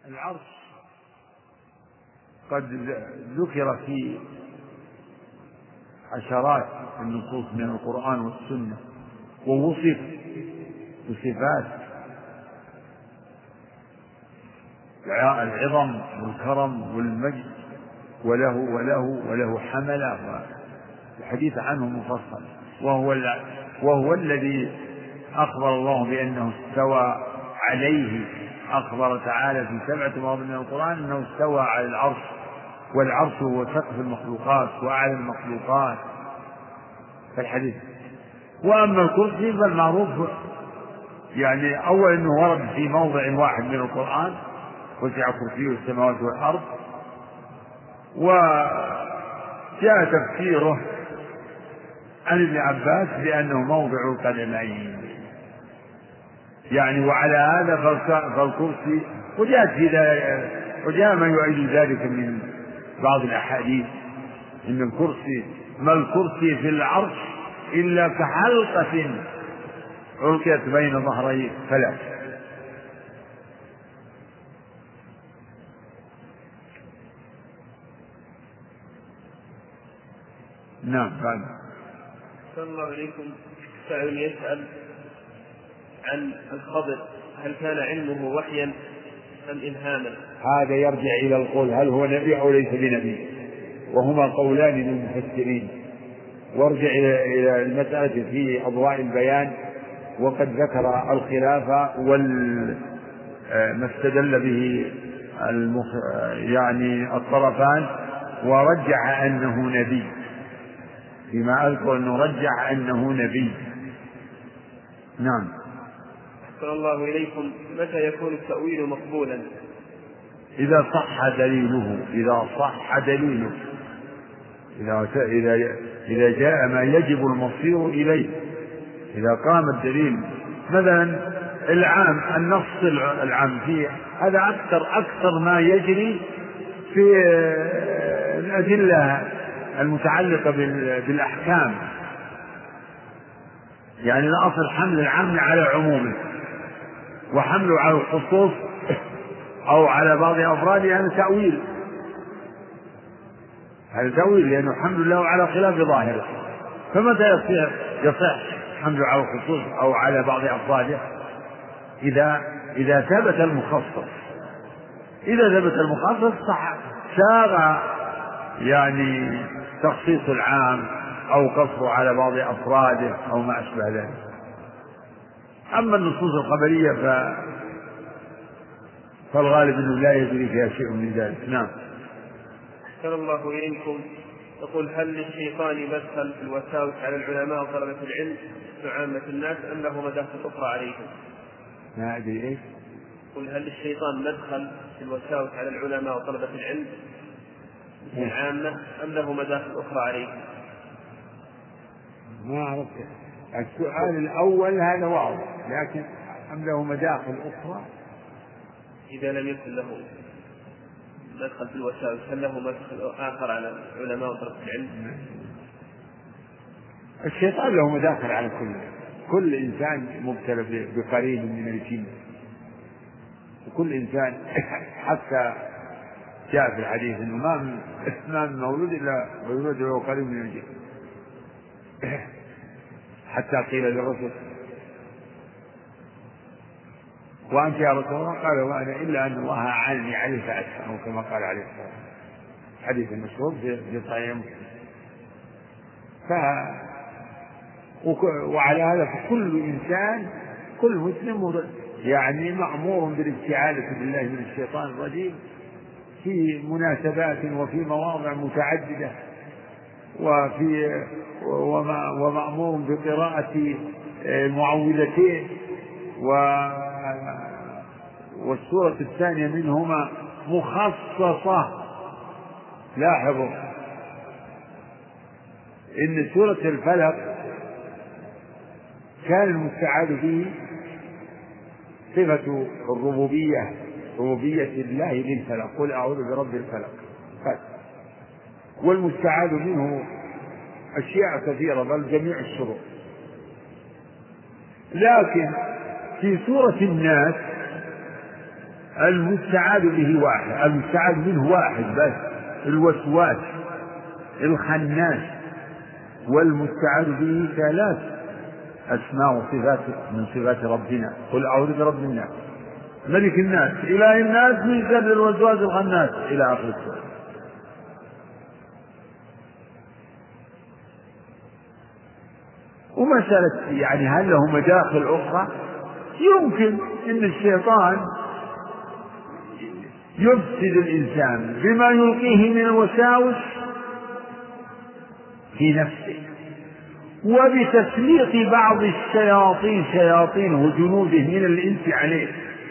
العرش قد ذكر في عشرات النصوص من القرآن والسنة، ووصف بصفات العظم والكرم والمجد، وله حملة، الحديث عنه مفصل. وهو الذي أخبر الله بأنه استوى عليه. أخبر تعالى في 7 مواضع من القرآن أنه استوى على العرش، والعرش هو سقف المخلوقات وأعلى المخلوقات في الحديث. وأما الكرسي فالمعروف يعني أول أنه ورد في موضع واحد من القرآن: وسع كرسيه السماوات والأرض. وجاء تفسيره عن ابن عباس بأنه موضع القدمين يعني، وعلى هذا فالكرسي. وجاء ما يؤيد ذلك من بعض الأحاديث إن الكرسي ما الكرسي في العرش إلا كحلقة ألقيت بين ظهري فلاة. نعم. صلى الله عليكم. سائل يسأل عن الخضر، هل كان علمه وحيا أم إلهاما؟ هذا يرجع إلى القول هل هو نبي أو ليس بنبي، وهما قولان للمفسرين. وارجع إلى المسألة في أضواء البيان، وقد ذكر الخلاف ما استدل به يعني الطرفان، ورجع أنه نبي. فيما أذكر أنه رجع أنه نبي. نعم. أحسن الله إليكم. متى يكون التأويل مقبولا؟ إذا صح دليله. إذا جاء ما يجب المصير إليه. إذا قام الدليل مثلا النص العام فيه، هذا أكثر ما يجري في الأدلة المتعلقة بالأحكام. يعني الأصل حمل العام على عمومه، وحمله على الخصوص أو على بعض أفراده هذا تأويل، لأنه حمل له على خلاف ظاهره. فمتى يصح حمله على الخصوص أو على بعض أفراده؟ إذا ثبت المخصص. صح ساغ يعني تخصيص العام أو قصره على بعض أفراده أو ما أشبه ذلك. أما النصوص الخبرية فالغالب أنه لا يجري فيها شيء من ذلك. نعم. أحسن الله إليكم. يقول: هل للشيطان مدخل في الوساوس على العلماء وطلبة العلم وعامة الناس، أم له مداخل أخرى عليهم؟ ما أدري إيش. يقول: هل للشيطان مدخل في الوساوس على العلماء وطلبة العلم العامة، أم له مداخل أخرى عليهم؟ ما أعرف. السؤال الأول هذا واضح، لكن أم له مداخل أخرى؟ إذا لم يكن له مدخل في الوساوس، هل له مدخل آخر على العلماء وطلبة العلم؟ الشيطان له مداخل على كل إنسان مبتلى بقرين من الجن، وكل إنسان حتى جاء في الحديث أنه ما من مولود إلا ويولد له قرين من الجن. حتى قيل للرسول: وأنت يا رسول الله؟ قال: وأنا إلا أن الله أعانني عليه فأدفعه، كما قال عليه الصلاة والسلام. حديث مشهور في صحيح مسلم. وعلى هذا فكل إنسان، كل مسلم يعني مأمور بالاستعاذة بالله من الشيطان الرجيم في مناسبات وفي مواضع متعددة، ومأمور بقراءة المعوذتين، والسورة الثانية منهما مخصصة. لاحظوا إن سورة الفلق كان المستعاذ به صفة الربوبية، ربوبية الله للفلق: قل أعوذ برب الفلق. والمستعاذ منه أشياء كثيرة، بل جميع الشرور. لكن في سورة الناس المستعاذ به واحد، المستعاذ منه واحد بس، الوسواس الخناس، والمستعاذ به ثلاث أسماء وصفات من صفات ربنا. قل أعوذ برب الناس ملك الناس إله الناس من شر الوسواس الخناس إلى آخر السورة. ومسألة يعني هل له مداخل أخرى؟ يمكن أن الشيطان يفسد الإنسان بما يلقيه من الوساوس في نفسه، وبتسليط بعض الشياطين شياطينه وجنوده من الإنس عليه،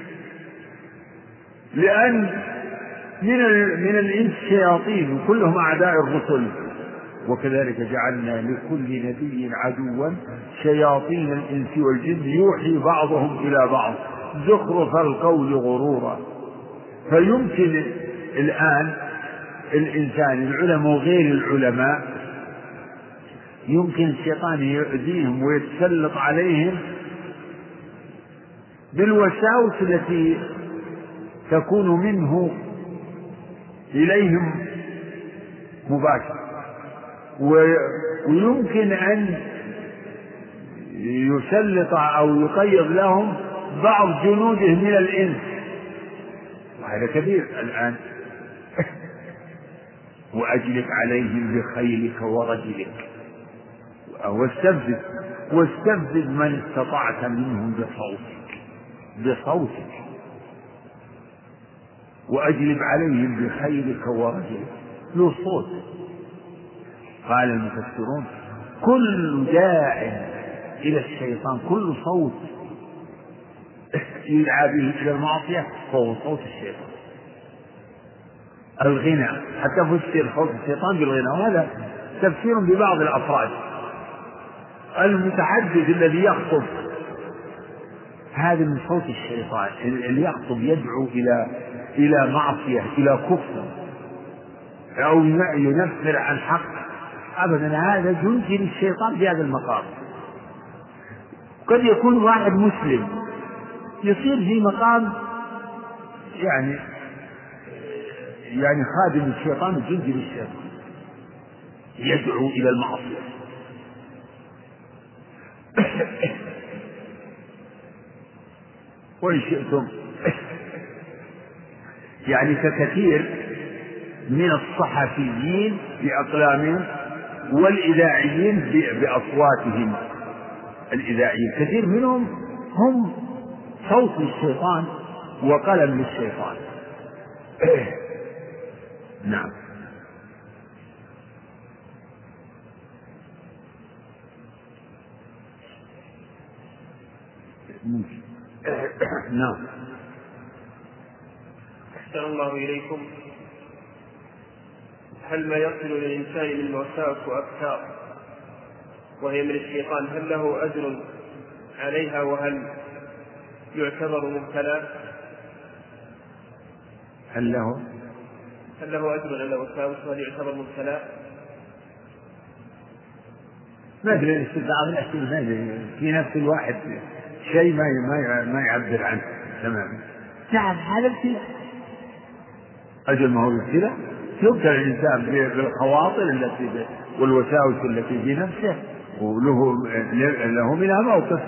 لأن من الإنس شياطين وكلهم أعداء الرسل، وكذلك جعلنا لكل نبي عدوا شياطين الإنس والجن يوحي بعضهم إلى بعض زخرف القول غرورا. فيمكن الآن الإنسان العلماء وغير العلماء يمكن الشيطان يؤذيهم ويتسلط عليهم بالوساوس التي تكون منه إليهم مباشرة، ويمكن أن يسلط أو يقيض لهم بعض جنوده من الإنس، وهذا كبير الآن. وأجلب عليهم بخيلك ورجلك واستفزز من استطعت منهم بصوتك وأجلب عليهم بخيلك ورجلك، له صوت. قال المفسرون كل داع إلى الشيطان، كل صوت يدعى به إلى المعصية فهو صوت الشيطان. الغنى حتى فسر صوت الشيطان بالغنى، وهذا تفسير ببعض الأفراد. المتحدث الذي يخطب هذا من صوت الشيطان، اللي يخطب يدعو إلى معصية إلى كفر أو ينفر عن حق، أبدا هذا جندي للشيطان في هذا المقام. قد يكون واحد مسلم يصير في مقام يعني خادم الشيطان وجندي للشيطان يدعو إلى المعصية. وإن شئتم يعني ككثير من الصحفيين بأقلامهم والإذاعيين بأصواتهم الإذاعيين، كثير منهم هم صوت الشيطان وقلم للشيطان. نعم. نعم. أحسن الله إليكم. هل ما يصل للإنسان من وساوس وأفكار وهي من الشيطان هل له أجر عليها وهل يعتبر مبتلى؟ هل له أجر على وساوس وهل يعتبر مبتلى؟ ما أدري بعض الأسئلة في نفس الواحد شيء ما يعبر عنه تماما. نعم هذا ابتلاء. أجل ما هو ابتلاء، يبتلى الإنسان بالخواطر التي والوساوس التي في نفسه وله منها موقف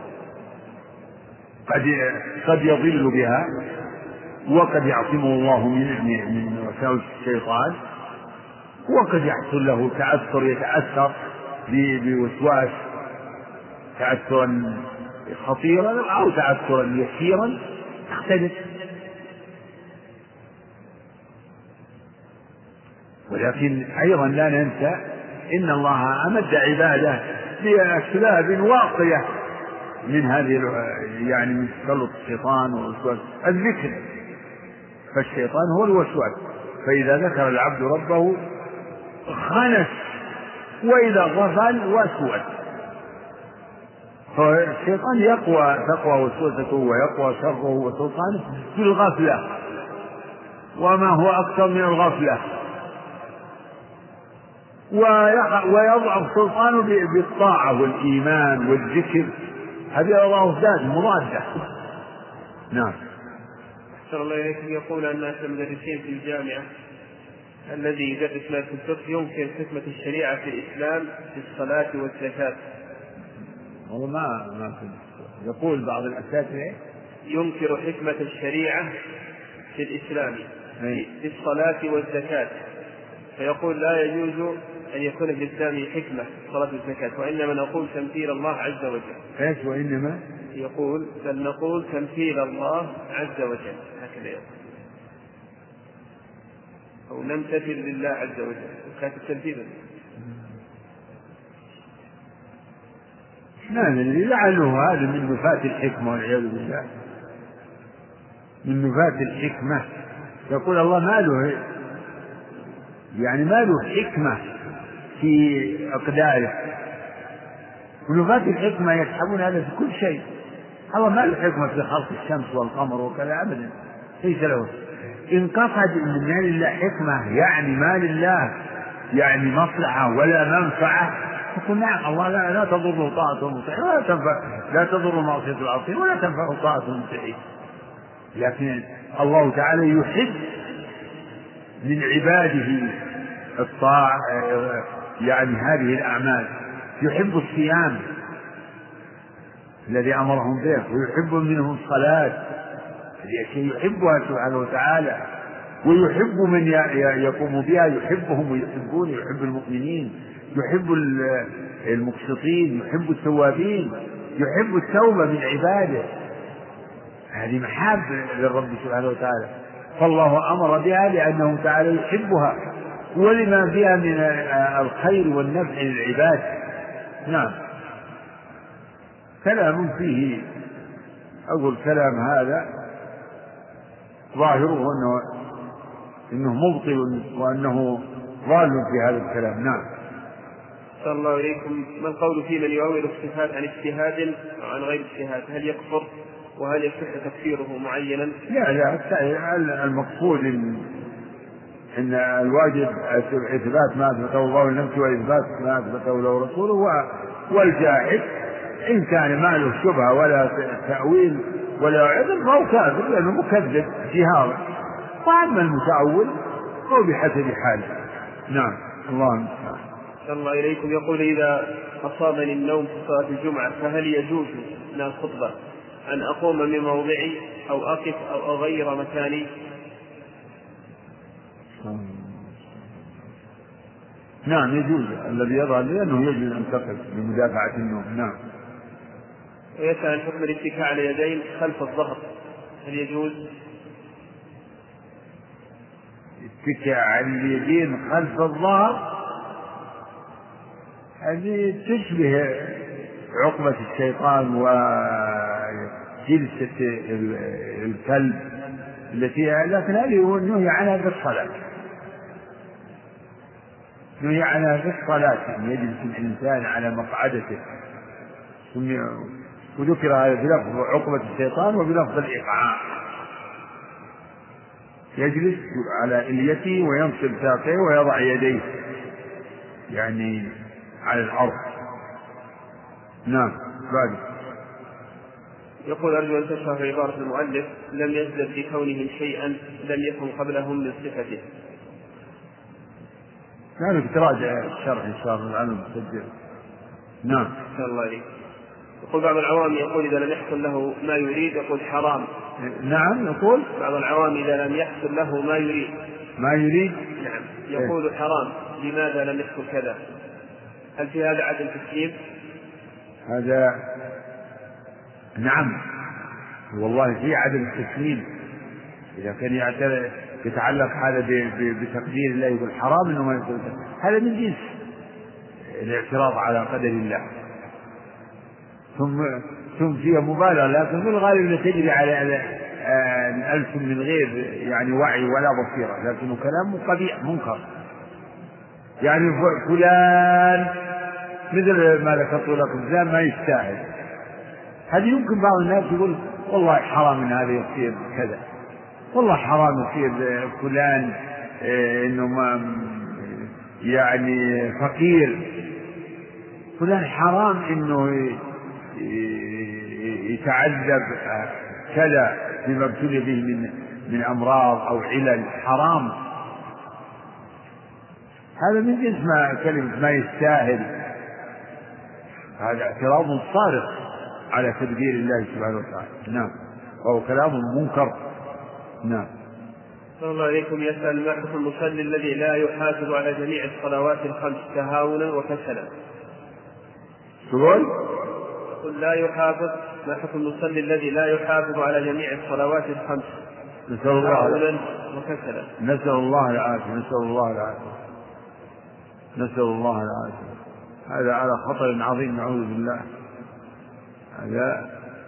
قد يضل بها، وقد يعصمه الله من وساوس الشيطان، وقد يحصل له يتأثر بوسواس تأثرا خطيرا أو تأثرا يسيرا تختلف. ولكن أيضا لا ننسى إن الله أمد عباده بأسباب واقية من هذه يعني من تسلط الشيطان والوسواس. الذكر، فالشيطان هو الوسواس، فإذا ذكر العبد ربه خنس وإذا غفل وسوس. فالشيطان تقوى وسوسته ويقوى شره وسلطانه في الغفلة، وما هو أكثر من الغفلة، ويضعف سلطانه بالطاعة والإيمان والذكر، هذه أضعاف ذات مضادة. نعم. أحسن الله إليكم. يقول الناس المدرسين في الجامعة الذي يدرس مادة الفقه ينكر حكمة الشريعة في الإسلام في الصلاة والزكاة. والله ما يقول بعض الأساتذة ينكر حكمة الشريعة في الإسلام في الصلاة والزكاة، فيقول لا يجوز أن يكون في الإسلام حكمة في الصلاة والزكاة، وإنما نقول تمثيل الله عز وجل. ايش وإنما؟ يقول بل نقول تمثيل الله عز وجل، هكذا يقول، أو نمتثل لله عز وجل، كانت التمثيل. لا ندري، لعله هذا من نفاة الحكمة والعياذ بالله، من نفاة الحكمة. يقول الله ما له حكمة في أقداره، ونفاة الحكمة يسحبون هذا في كل شيء. الله ما له حكمة في خلق الشمس والقمر وكذا أبدا، ليس له. إن قصد أن ما لله حكمة يعني ما لله يعني مصلحة ولا منفعة، تقول نعم الله لا تضر طاعة المطيع لا تضر معصية العاصي ولا تنفع طاعة المطيع. لكن الله تعالى يحب من عباده الطاعة، يعني هذه الأعمال، يحب الصيام الذي أمرهم به، ويحب منهم الصلاة التي يحبها سبحانه وتعالى، ويحب من يقوم بها، يحبهم ويحبون، يحب المؤمنين، يحب المقسطين، يحب التوابين، يحب التوبة من عباده. هذه محاب للرب سبحانه وتعالى، فالله أمر بها لأنه تعالى يحبها ولما فيها من الخير والنفع للعباد. نعم. كلام فيه، أقول كلام هذا ظاهره إنه مبطل وأنه ضال في هذا الكلام. نعم. صلى الله عليكم. ما القول في من يؤول الصفات عن اجتهاد أو عن غير اجتهاد؟ هل يكفر؟ وهل يصح تكفيره معينا؟ لا، المقصود إن الواجب إثبات ما أثبته الله لنفسه وإثبات ما أثبته له رسوله، والجاحد إن كان ما له شبهة ولا تأويل ولا عذر فهو كافر لأنه مكذب جهارا، وأما المتأول هو بحسب حاله. نعم. الله المستعان. صلى الله إليكم. يقول إذا أصابني النوم في صلاة الجمعة فهل يجوز من الخطبة أن أقوم من موضعي أو أقف أو أغير مكاني؟ نعم يجوز، الذي يظهر لي أنه يجوز أن تقف لمدافعة النوم. نعم. ويسأل حكم الاتكاء على اليدين خلف الظهر، هل يجوز؟ اتكاء على اليدين خلف الظهر هذه تشبه عقبة الشيطان وجلسة الكلب التي، لكن هذه نهي عنها في الصلاة، نهي عنها في الصلاة أن يجلس الإنسان على مقعدته، وذكر هذا بلفظ عقبة الشيطان وبلفظ الإقعاء، يجلس على إليته وينصب ساقيه ويضع يديه يعني على الأرض. نعم. بعد يقول أرجو أن تشرح عبارة المؤلف لم يزدد بكونهم شيئا لم يكن قبلهم من صفته. يعني تراجع الشرح إن شاء الله عنه المسجل. نعم. إن شاء الله عليك. يقول بعض العوام يقول إذا لم يحصل له ما يريد يقول حرام. نعم. يقول بعض العوام إذا لم يحصل له ما يريد نعم يقول حرام، لماذا لم يحصل كذا؟ هل في هذا عدم تسليم؟ هذا نعم والله في عدم التسليم. إذا كان يتعلق هذا بتقدير الله يقول حرام إنه ما يقول، هذا من جنس الاعتراض على قدر الله، ثم فيها مبالغة، لكن في الغالب لا تجري على الألف من غير يعني وعي ولا بصيرة، لكنه كلام قبيح منكر. يعني فلان مثل ما ذكرت لكم فلان ما يستاهل، هذه يمكن بعض الناس يقول والله حرام ان هذا يصير كذا، والله حرام يصير فلان انه ما يعني فقير، فلان حرام انه يتعذب كذا بما ابتلي به من أمراض أو علل حرام، هذا من جنس ما كلمة ما يستاهل، هذا اعتراض صارخ على تدبير الله سبحانه وتعالى. نعم، وهو كلام منكر. نعم. صلى الله عليكم. يسأل: ما حكم المصلي الذي لا يحافظ على جميع الصلوات الخمس تهاونا وكسلا؟ تقول لا يحافظ، ما حكم المصلي الذي لا يحافظ على جميع الصلوات الخمس تهاونا وكسلا؟ نسأل الله العافية، نسأل الله العافية، نسأل الله العافية. هذا على خطر عظيم، نعوذ بالله. هذا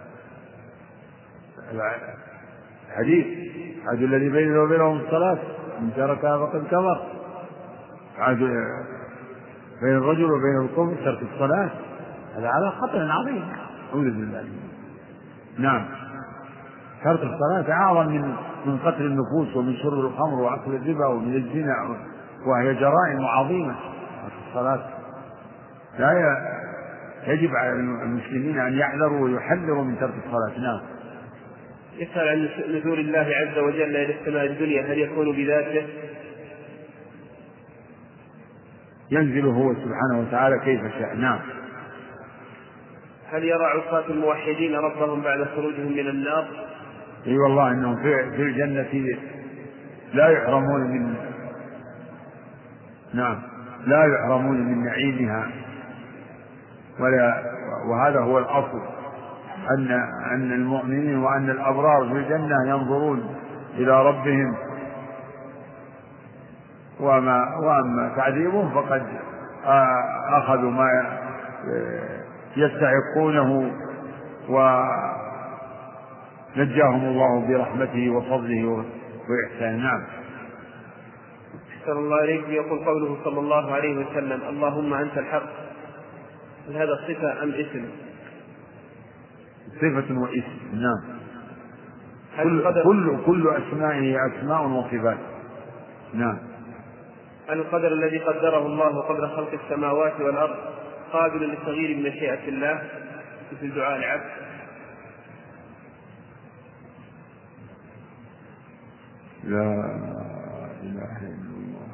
حديث عهد الذي بيننا وبينهم الصلاة من تركها فقد كفر. عهد بين الرجل وبين القوم ترك الصلاة، هذا على خطر عظيم، نعوذ بالله. نعم، ترك الصلاة أعظم من قتل النفوس ومن شرب الخمر وأكل الربا ومن الزنا، وهي جرائم عظيمة. الصلاة لا يجب على المسلمين أن يحذروا ويحذروا من ترك الصلاة. نعم. يسأل عن نزول الله عز وجل إلى السماء الدنيا، هل يكون بذاته؟ ينزل هو سبحانه وتعالى كيف شاء. نعم. هل يرى عصاة الموحدين ربهم بعد خروجهم من النار؟ اي والله انهم في الجنة لا يحرمون من نعم لا يحرمون من نعيمها، وهذا هو الأصل، أن المؤمنين وأن الأبرار في الجنة ينظرون إلى ربهم، وأما تعذيبهم فقد أخذوا ما يستحقونه ونجاهم الله برحمته وفضله وإحسانه. نعم. صلى الله عليه وسلم. يقول قوله صلى الله عليه وسلم: اللهم أنت الحق، هل هذا صفة أم اسم؟ صفة واسم. نعم. كل أسمائه أسماء وصفات. نعم. هل القدر الذي قدره الله قبل خلق السماوات والأرض قابل للتغيير بمشيئة الله مثل دعاء العبد؟ لا إله إلا الله.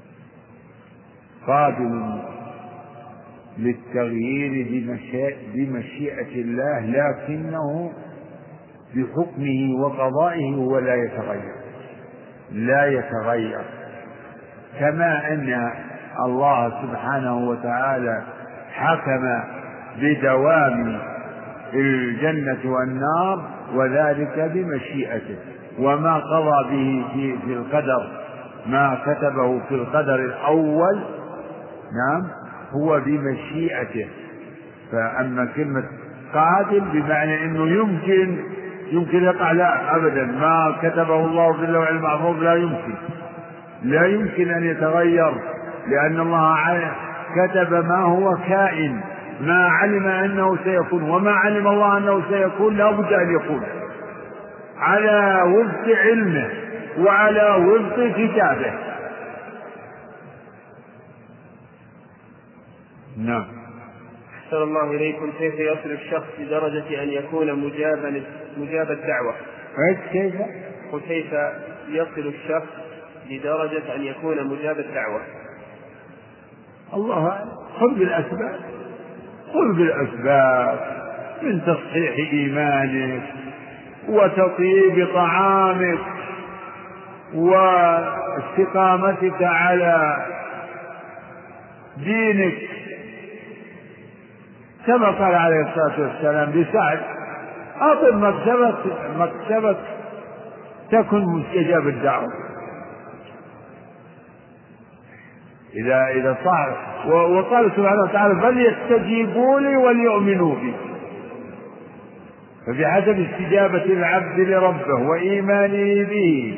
قابل للتغيير بمشيئة الله، لكنه بحكمه وقضائه هو لا يتغير، كما أن الله سبحانه وتعالى حكم بدوام الجنة والنار وذلك بمشيئته، وما قضى به في القدر ما كتبه في القدر الأول نعم هو بمشيئته. فأما كلمة قادر بمعنى أنه يمكن يقع، لا أبدا، ما كتبه الله في اللوح المحفوظ لا يمكن أن يتغير، لأن الله كتب ما هو كائن، ما علم أنه سيكون وما علم الله أنه سيكون لا بد أن يكون على وفق علمه وعلى وفق كتابه. نعم. أحسن الله إليكم. كيف يصل الشخص لدرجة أن يكون مجاب الدعوة؟ كيف يصل الشخص لدرجة أن يكون مجاب الدعوة؟ الله خذ بالأسباب من تصحيح إيمانك وتطيب طعامك واستقامتك على دينك، كما قال عليه الصلاة والسلام لسعد: أطب مكتبك تكن مستجاب الدعوة. إذا صار وقال سبحانه وتعالى: فليستجيبوا لي وليؤمنوا بي. فبحسب استجابة العبد لربه وإيمانه به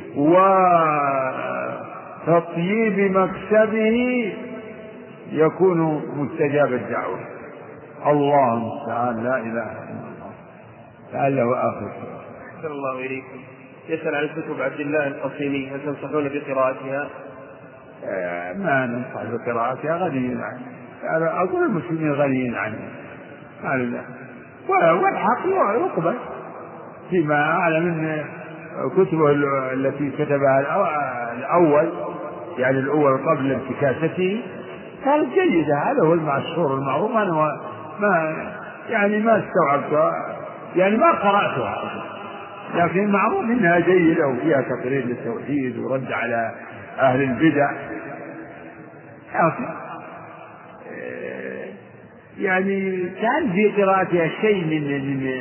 وتطييب مكسبه يكون مستجاب الدعوة. الله المستعان، لا إله إلا الله. لعله آخر. أحسن الله إليكم. يسأل عن كتب عبد الله القصيمي، هل تنصحون بقراءتها؟ ما ننصح بقراءتها، غنيين عنه. أقول المسلمين غنيين عنه، والحق يقبل فيما أعلم أن كتبه التي كتبها الأول، يعني الأول قبل انتكاسته، كانت جيدة. هذا هو المشهور المعروف. أنا ما استوعبتها، يعني ما قرأتها، لكن معروف إنها جيدة وفيها تقرير للتوحيد ورد على أهل البدع. يعني كان في قراءتها شيء من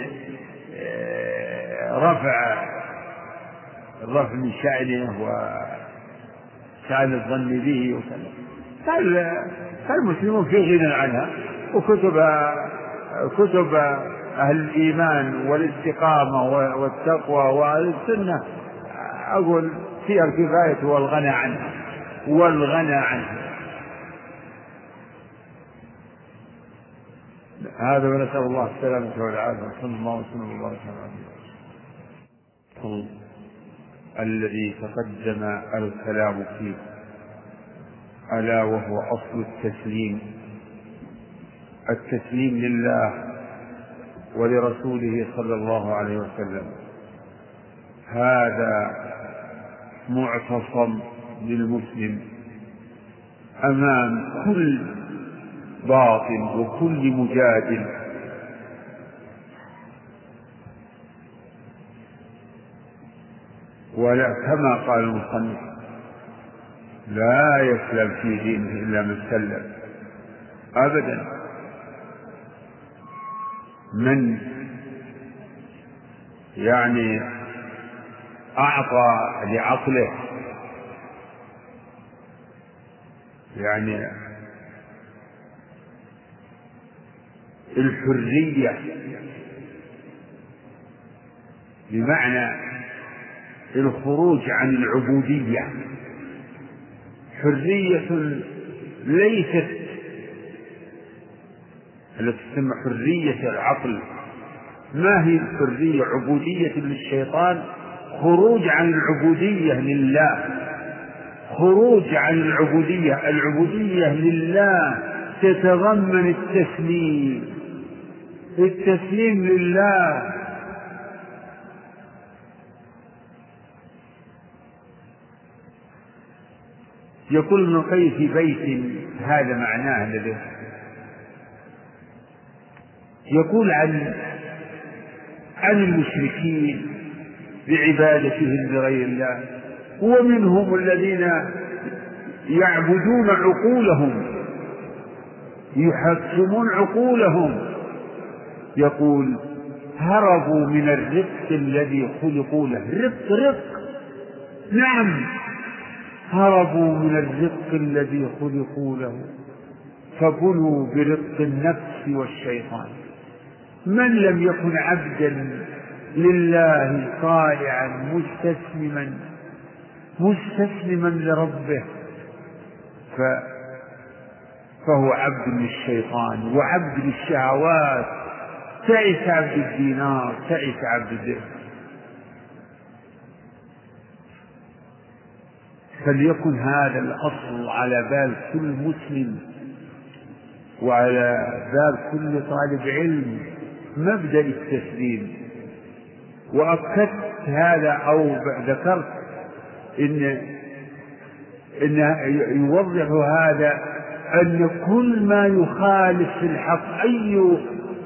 الرفع من شأنه وشأن الظن به وكذا. فالمسلمون في غنى عنها، كتب أهل الإيمان والاستقامة والتقوى وأهل السنة أقول فيها الكفاية والغنى عنها. هذا ونسأل الله السلامة والعافية. صلى الله وسلم وبارك على نبينا الذي تقدم الكلام فيه، ألا وهو أصل التسليم لله ولرسوله صلى الله عليه وسلم. هذا معتصم للمسلم أمام كل باطل وكل مجادل. ولا كما قال المصنف: لا يسلم في دينه إلا من سلم. أبدا، من يعني أعطى لعقله يعني الحرية، بمعنى الخروج عن العبودية، حرية ليست التي تسمى حرية العقل. ما هي الحرية؟ عبودية للشيطان، خروج عن العبودية لله، خروج عن العبودية لله تتضمن التسليم لله. يقول ابن القيم في بيت هذا معناه الذي يقول عن المشركين بعبادتهم لغير الله: ومنهم الذين يعبدون عقولهم، يحكمون عقولهم. يقول: هربوا من الرق الذي خلقوا له. رق، نعم، هربوا من الرق الذي خلقوا له، فبلوا برق النفس والشيطان. من لم يكن عبدا لله طائعا مستسلما لربه فهو عبد للشيطان وعبد للشهوات. تعس عبد الدينار، تعس عبد الدرهم. فليكن هذا الأصل على بال كل مسلم وعلى بال كل طالب علم، مبدأ التسليم. وأكدت هذا أو ذكرت إن يوضح هذا أن كل ما يخالف في الحق، أي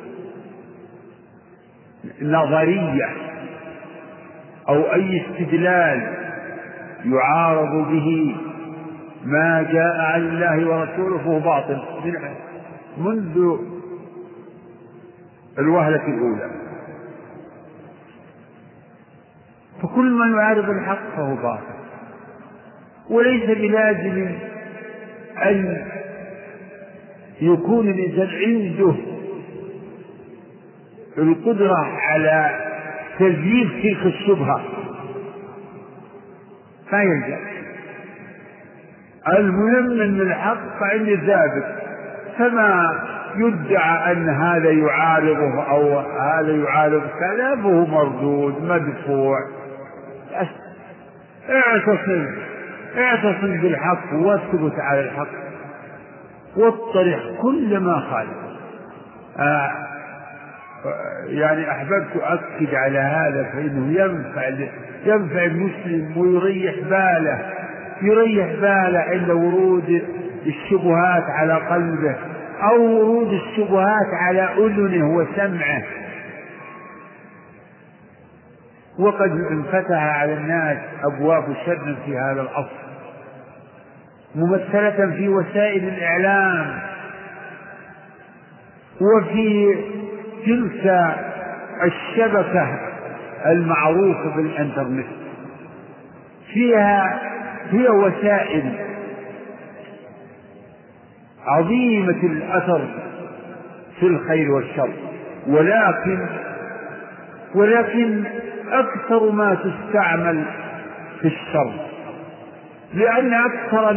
نظرية أو أي استدلال يعارض به ما جاء عن الله ورسوله فهو باطل منذ الوهلة الأولى. فكل ما يعارض الحق فهو باطل، وليس بلازم أن يكون الإنسان عنده القدرة على تزييف تلك الشبهة، ما يلزم. المهم أن الحق عندي ثابت، فما يدعى أن هذا يعارضه أو هذا يعارض كذا فهو مردود مدفوع. اعتصم بالحق واثبت على الحق واطرح كل ما خالف. يعني أحببت أؤكد على هذا، فإنه ينفع المسلم ويريح باله عند ورود الشبهات على قلبه أو ورود الشبهات على أذنه وسمعه. وقد انفتح على الناس أبواب شر في هذا العصر ممثلة في وسائل الإعلام وفي تلك الشبكة المعروفة بالإنترنت، هي وسائل عظيمة الأثر في الخير والشر، ولكن أكثر ما تستعمل في الشر، لأن أكثر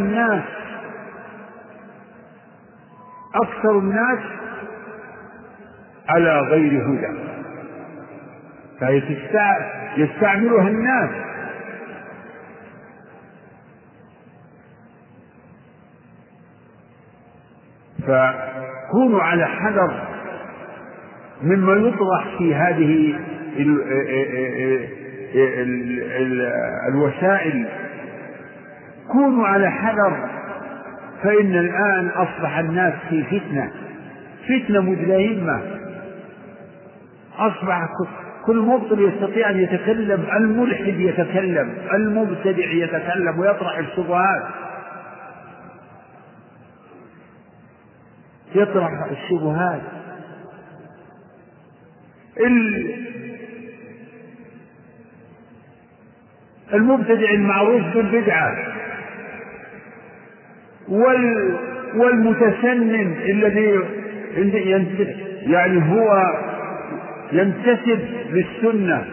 الناس على غير هدى، فيستعملها الناس. فكونوا على حذر مما يطرح في هذه الوسائل، كونوا على حذر، فإن الآن أصبح الناس في فتنة مدلهمة. أصبح كل مبطل يستطيع أن يتكلم، الملحد يتكلم، المبتدع يتكلم ويطرح الشبهات، المبتدع المعروف بالبدعة والمتسنن الذي يعني هو ينتسب للسنة،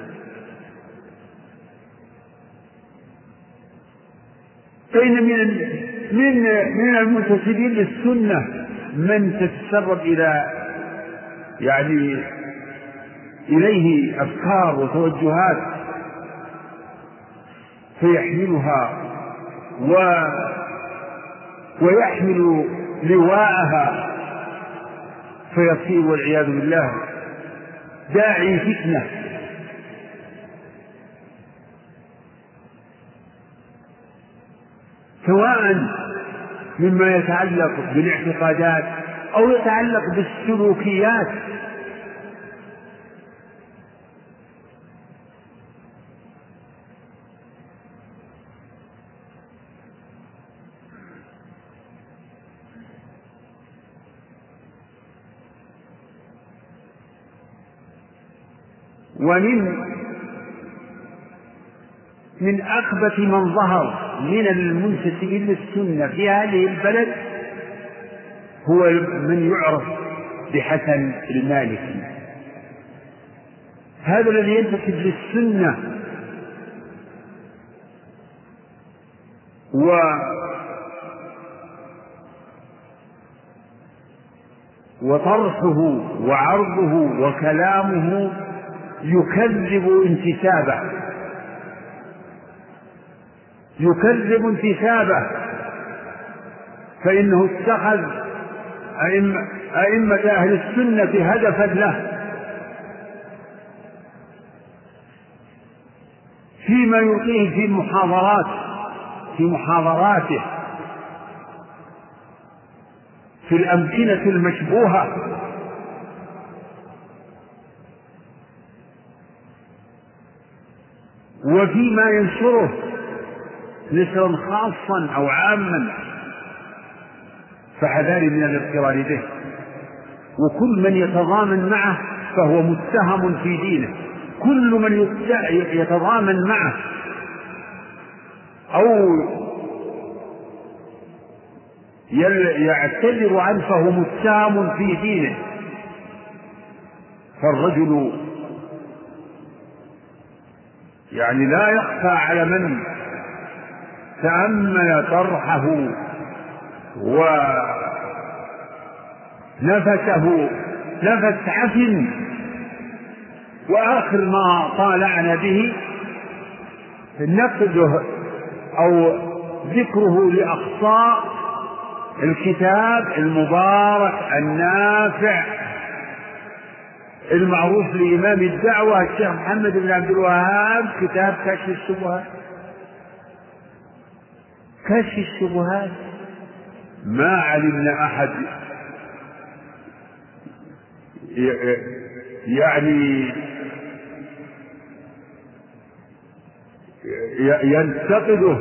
فإن من المنتسبين للسنة من تتسرب إليه أفكار وتوجهات فيحملها ويحمل لواءها، فيصير والعياذ بالله داعي فتنة. سواء مما يتعلق بالاعتقادات أو يتعلق بالسلوكيات. ومن أخبث من ظهر من المنتسبين للسنة في هذه البلد هو من يعرف بحسن المالكي، هذا الذي ينتسب للسنة وطرحه وعرضه وكلامه يكذب انتسابه، فإنه اتخذ أئمة أهل السنة هدفا له فيما يلقيه في محاضراته في الأمكنة المشبوهة، وفيما ينشره نشرا خاصا أو عاما، فحذاري من الاضطرار به. وكل من يتضامن معه فهو متهم في دينه، كل من يتضامن معه أو يعتذر عنه فهو متهم في دينه. فالرجل يعني لا يخفى على من تأمل طرحه ونفسه نفس عفن، وآخر ما طالعنا به نقده أو ذكره لأخطاء الكتاب المبارك النافع المعروف لإمام الدعوة الشيخ محمد بن عبد الوهاب كتاب كشف الشبهات. كشف الشبهات ما علمنا أحد يعني ينتقده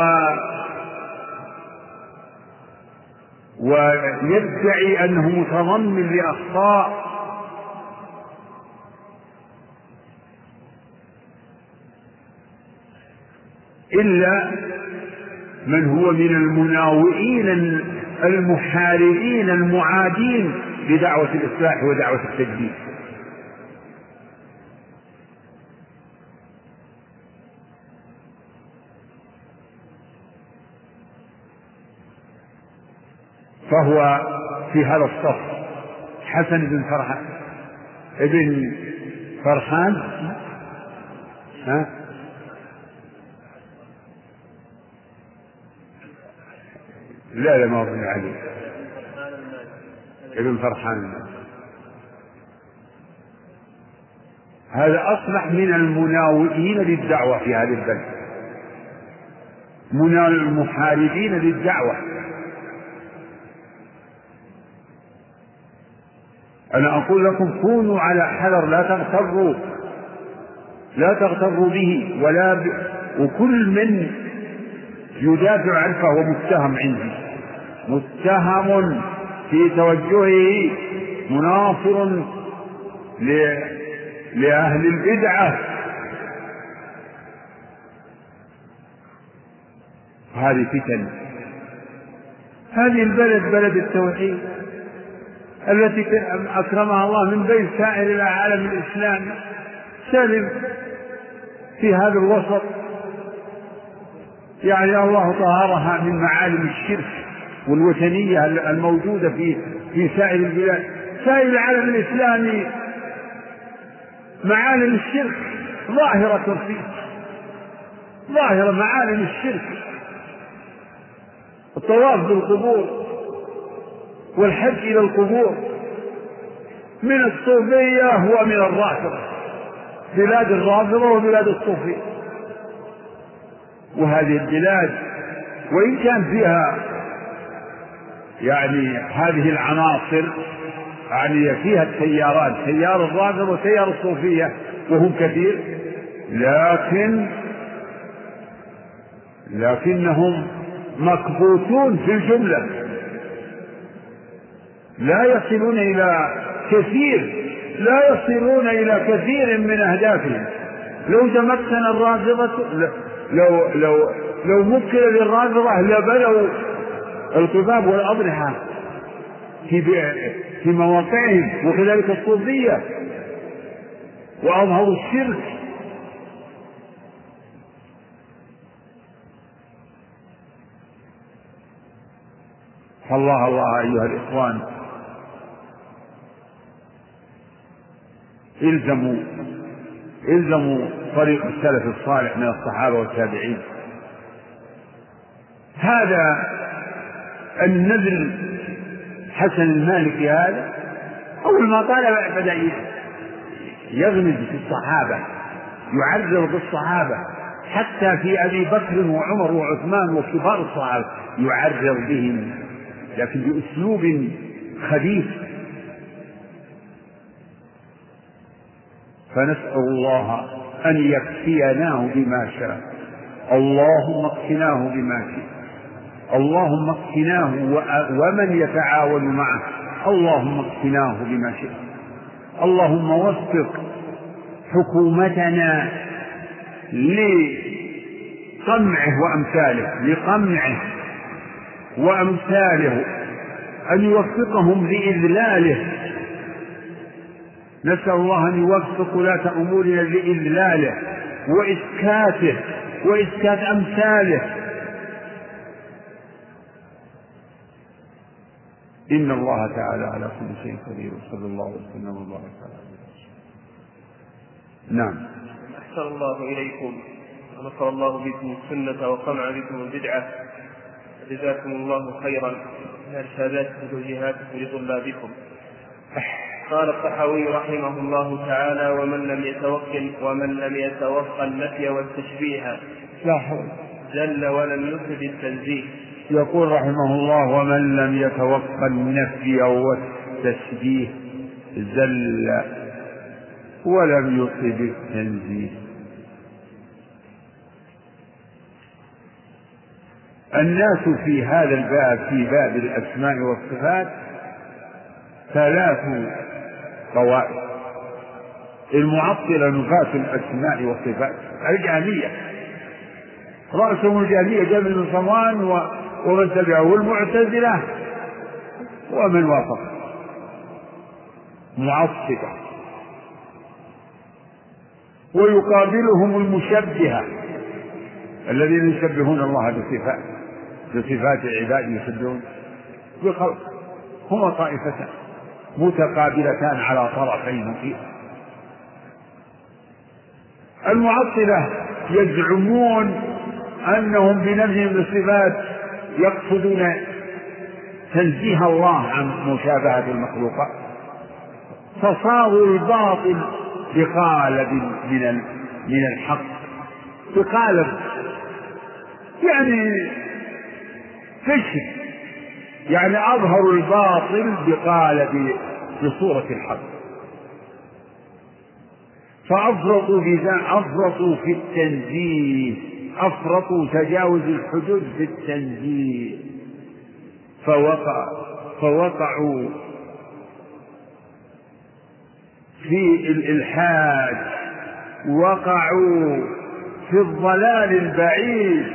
ويدعي أنه متضمن لأخطاء إلا من هو من المناوئين المحاربين المعادين لدعوة الإصلاح ودعوة التجديد. فهو في هذا الصف حسن بن فرحان لا ما أظن عليه ابن فرحان. هذا أصبح من المناوئين للدعوة في هذه البلد، من المحاربين للدعوة. أنا أقول لكم كونوا على حذر، لا تغتروا به وكل من يدافع عنه فهو متهم عندي، متهم في توجهه، مناصر لأهل البدعة. هذه فتن. هذه البلد بلد التوحيد التي أكرمها الله من بين سائر العالم الإسلامي، سلم في هذا الوسط، يعني الله طهرها من معالم الشرك والوثنية الموجودة في سائر البلاد. سائر العالم الإسلامي معالم الشرك ظاهرة فيه، ظاهرة معالم الشرك، الطواف بالقبور والحج إلى القبور من الصوفية ومن الرافضة، بلاد الرافضة وبلاد الصوفية. وهذه البلاد وإن كان فيها يعني هذه العناصر، يعني فيها التيارات، تيار الرافضة وتيار الصوفية وهم كثير، لكنهم مكبوتون في الجملة، لا يصلون إلى كثير من أهدافهم. لو تمكن الرافضة لو مكن للرافضة لبلوا القباب والأضرحة في مواقعهم، وكذلك الصوفية، وأظهروا الشرك. فالله الله أيها الإخوان، إلزموا طريق السلف الصالح من الصحابة والتابعين. هذا النذل حسن المالكي هذا أول ما طالع بدأ يغمز في الصحابة، يعرض بالصحابة، حتى في أبي بكر وعمر وعثمان وكبار الصحابة يعرض بهم، لكن بأسلوب خبيث. فنسأل الله أن يكفيناه بما شاء. اللهم اكفناه بما شاء، اللهم اكفناه ومن يتعاون معه، اللهم اكفناه بما شاء. اللهم وفق حكومتنا لقمعه وأمثاله، أن يوفقهم لإذلاله. نسأل الله أن يوفق ولاة أمورنا لإذلاله وإسكات أمثاله. إن الله تعالى على كل شيء قدير، صلى الله وسلم وبارك على نبينا. نعم. أحسن الله إليكم ونصر الله بكم السنة وقمع بكم البدعة، جزاكم الله خيرا على إرشاداتكم وتوجيهاتكم لطلابكم. قال الطحاوي رحمه الله تعالى: ومن لم يتوقع النفي والتشبيه لا حول. جل ولم يثبت التنزيه. يقول رحمه الله: ومن لم يتوقع النفي والتشبيه زل ولم يثبت التنزيه. الناس في هذا الباب، في باب الأسماء والصفات، ثلاث طوائف: المعطلة نفاة الأسماء والصفات الجهمية، رأسهم الجهمية جابر بن صفوان ومن تبعه، والمعتزلة ومن وافق، معطلة. ويقابلهم المشبهة الذين يشبهون الله بصفات عباده، يشبهون بخلق. هما طائفتان متقابلتان على طرفين فيه. المعطلة يزعمون أنهم بنفسهم الصفات يقصدون تنزيه الله عن مشابهة المخلوقات، فصاروا الباطل بقالب من الحق، بقالب يعني فشل، يعني أظهروا الباطل بقالب بصورة الحق، فأفرطوا في التنزيه، أفرطوا تجاوز الحدود في التنزيه، فوقعوا في الإلحاد، وقعوا في الضلال البعيد.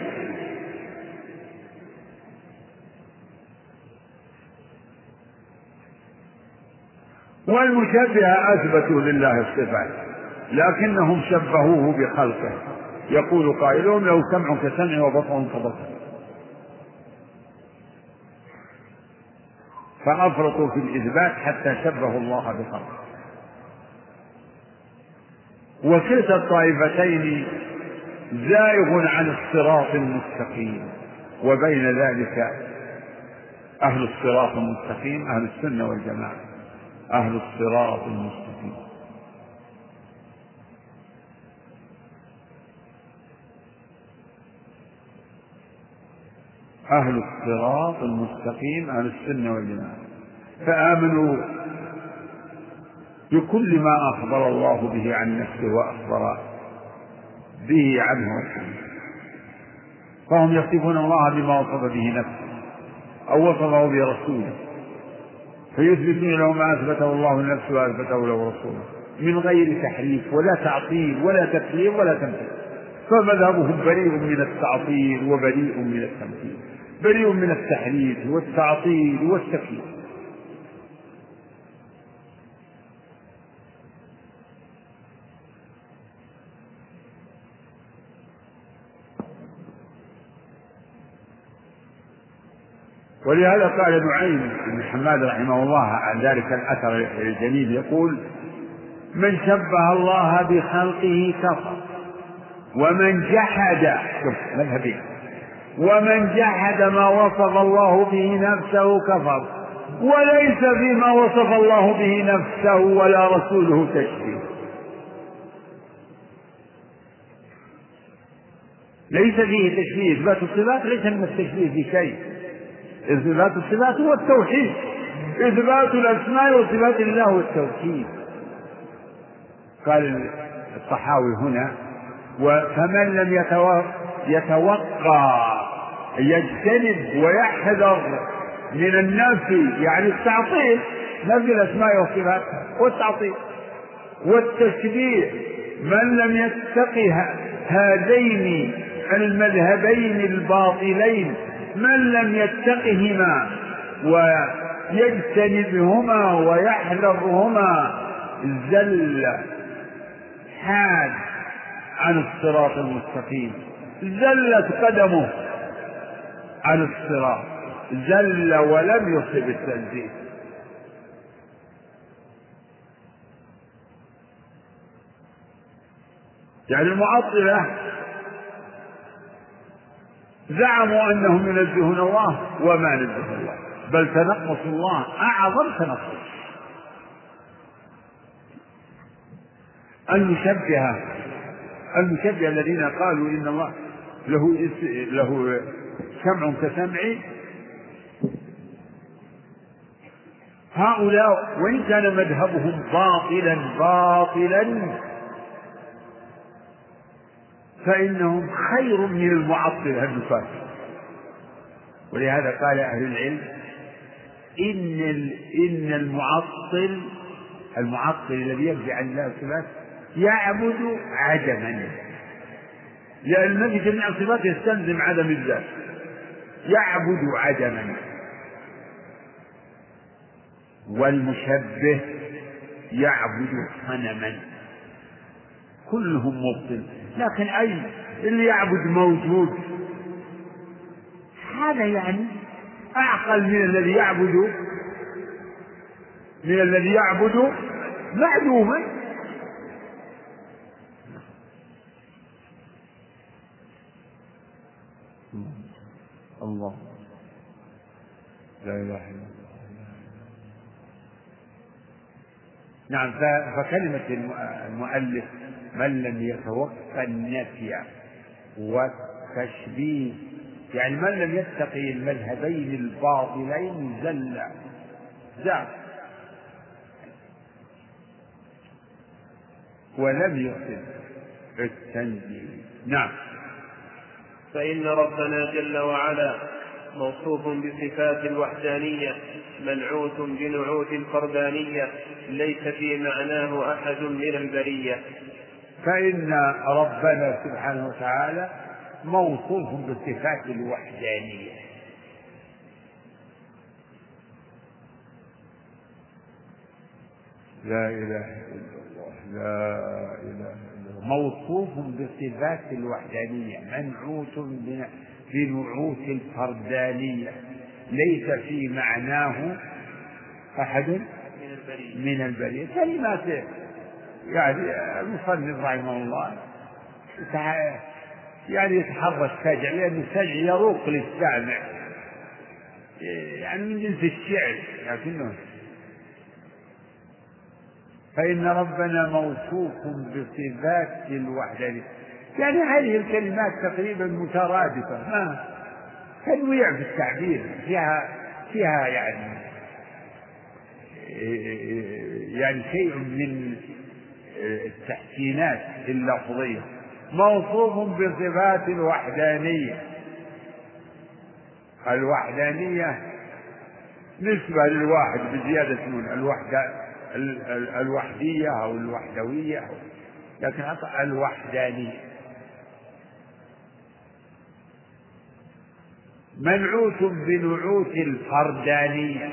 والمشبهة أثبتوا لله الصفات لكنهم شبهوه بخلقه. يقول قائلهم: لو سمع كسمع وبصر كبصر. فأفرطوا في الإثبات حتى شبهوا الله بخلقه. وكلتا الطائفتين زائغ عن الصراط المستقيم، وبين ذلك أهل الصراط المستقيم، أهل السنة والجماعة، أهل الصراط المستقيم. أهل الصراط المستقيم أهل السنة والجماعة، فآمنوا بكل ما أخبر الله به عن نفسه وأخبر به عنه، فهم يصفون الله بما وصف به نفسه أو وصفه برسوله، فيثبتون له ما أثبته الله لنفسه وأثبته له رسوله من غير تحريف ولا تعطيل ولا تكذيب ولا تمثيل. فمذهبهم بريء من التعطيل وبريء من التمثيل، بريء من التحريف والتعطيل والتكذيب. ولهذا قال نعيم بن حماد رحمه الله عن ذلك الأثر الجليل، يقول: من شبه الله بخلقه كفر، ومن جحد ما وصف الله به نفسه كفر، وليس فيما وصف الله به نفسه ولا رسوله تشبيه. ليس فيه تشبيه. إثبات الصفات ليس من التشبيه في شيء. إثبات الصفات هو التوحيد، إثبات الأسماء والصفات لله هو التوحيد. قال الطحاوي هنا: فمن لم يتوقع يجتنب ويحذر من النفي، يعني التعطيل، نفي الأسماء والصفات والتعطيل والتشبيه، من لم يتقي هذين المذهبين الباطلين، من لم يتقهما ويجتنبهما ويحذرهما، زل، حاد عن الصراط المستقيم، زلت قدمه عن الصراط، زل ولم يصب التنزيل. يعني المعطلة زعموا أنهم ينزهون الله وما نزه الله، بل تنقص الله أعظم تنقص، المشبهة الذين قالوا إن الله له سمع كسمعي، هؤلاء وإن كان مذهبهم باطلا فإنهم خير من المعطلة النفاة. ولهذا قال أهل العلم إن المعطل الذي ينفي عن الله الصفات يعبد عدما، لأن النفي جميع الصفات يستلزم عدم الذات، يعبد عدما. والمشبه يعبد صنما، كلهم مبطل. لكن أي اللي يعبد موجود هذا يعني أعقل من الذي يعبد معدوما. الله لا إله إلا الله. نعم. فكلمة المؤلف من لم يتوقع النفي والتشبيه، يعني من لم يتقي المذهبين الباطلين زال ولم يحسن التنزيل. نعم. فإن ربنا جل وعلا موصوف بصفات الوحدانية منعوت بنعوت الفردانية ليس في معناه أحد من البرية. فإن ربنا سبحانه وتعالى موصوف بصفات الوحدانية، لا إله إلا الله، لا إله إلا الله. موصوف بصفات الوحدانية منعوت بنعوت الفردانية ليس في معناه أحد من البرية. كلمات يعني المصنف رحمه الله يعني يتحرى السجع، لأن السجع يروق للسامع، يعني من جنس الشعر، لكنه فإن ربنا موصوف بصفات الوحدانية. يعني هذه الكلمات تقريبا مترادفة، ما تنويع في التعبير، فيها يعني شيء من التحسينات اللفظية. موصوف بصفات الوحدانية. الوحدانية نسبة للواحد بزيادة من الوحدية أو الوحدوية، لكن الوحدانية. منعوت بنعوت الفردانية.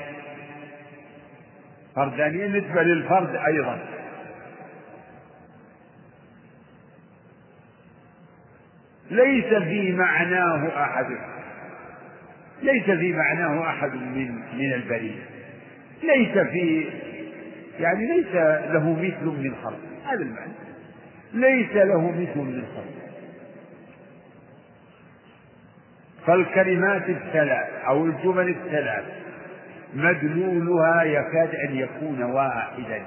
فردانية نسبة للفرد أيضا. ليس في معناه أحد من البرية. ليس له مثل من خلق، هذا المعنى. ليس له مثل من خلق. فالكلمات الثلاث أو الجمل الثلاث مدلولها يكاد أن يكون واحدا،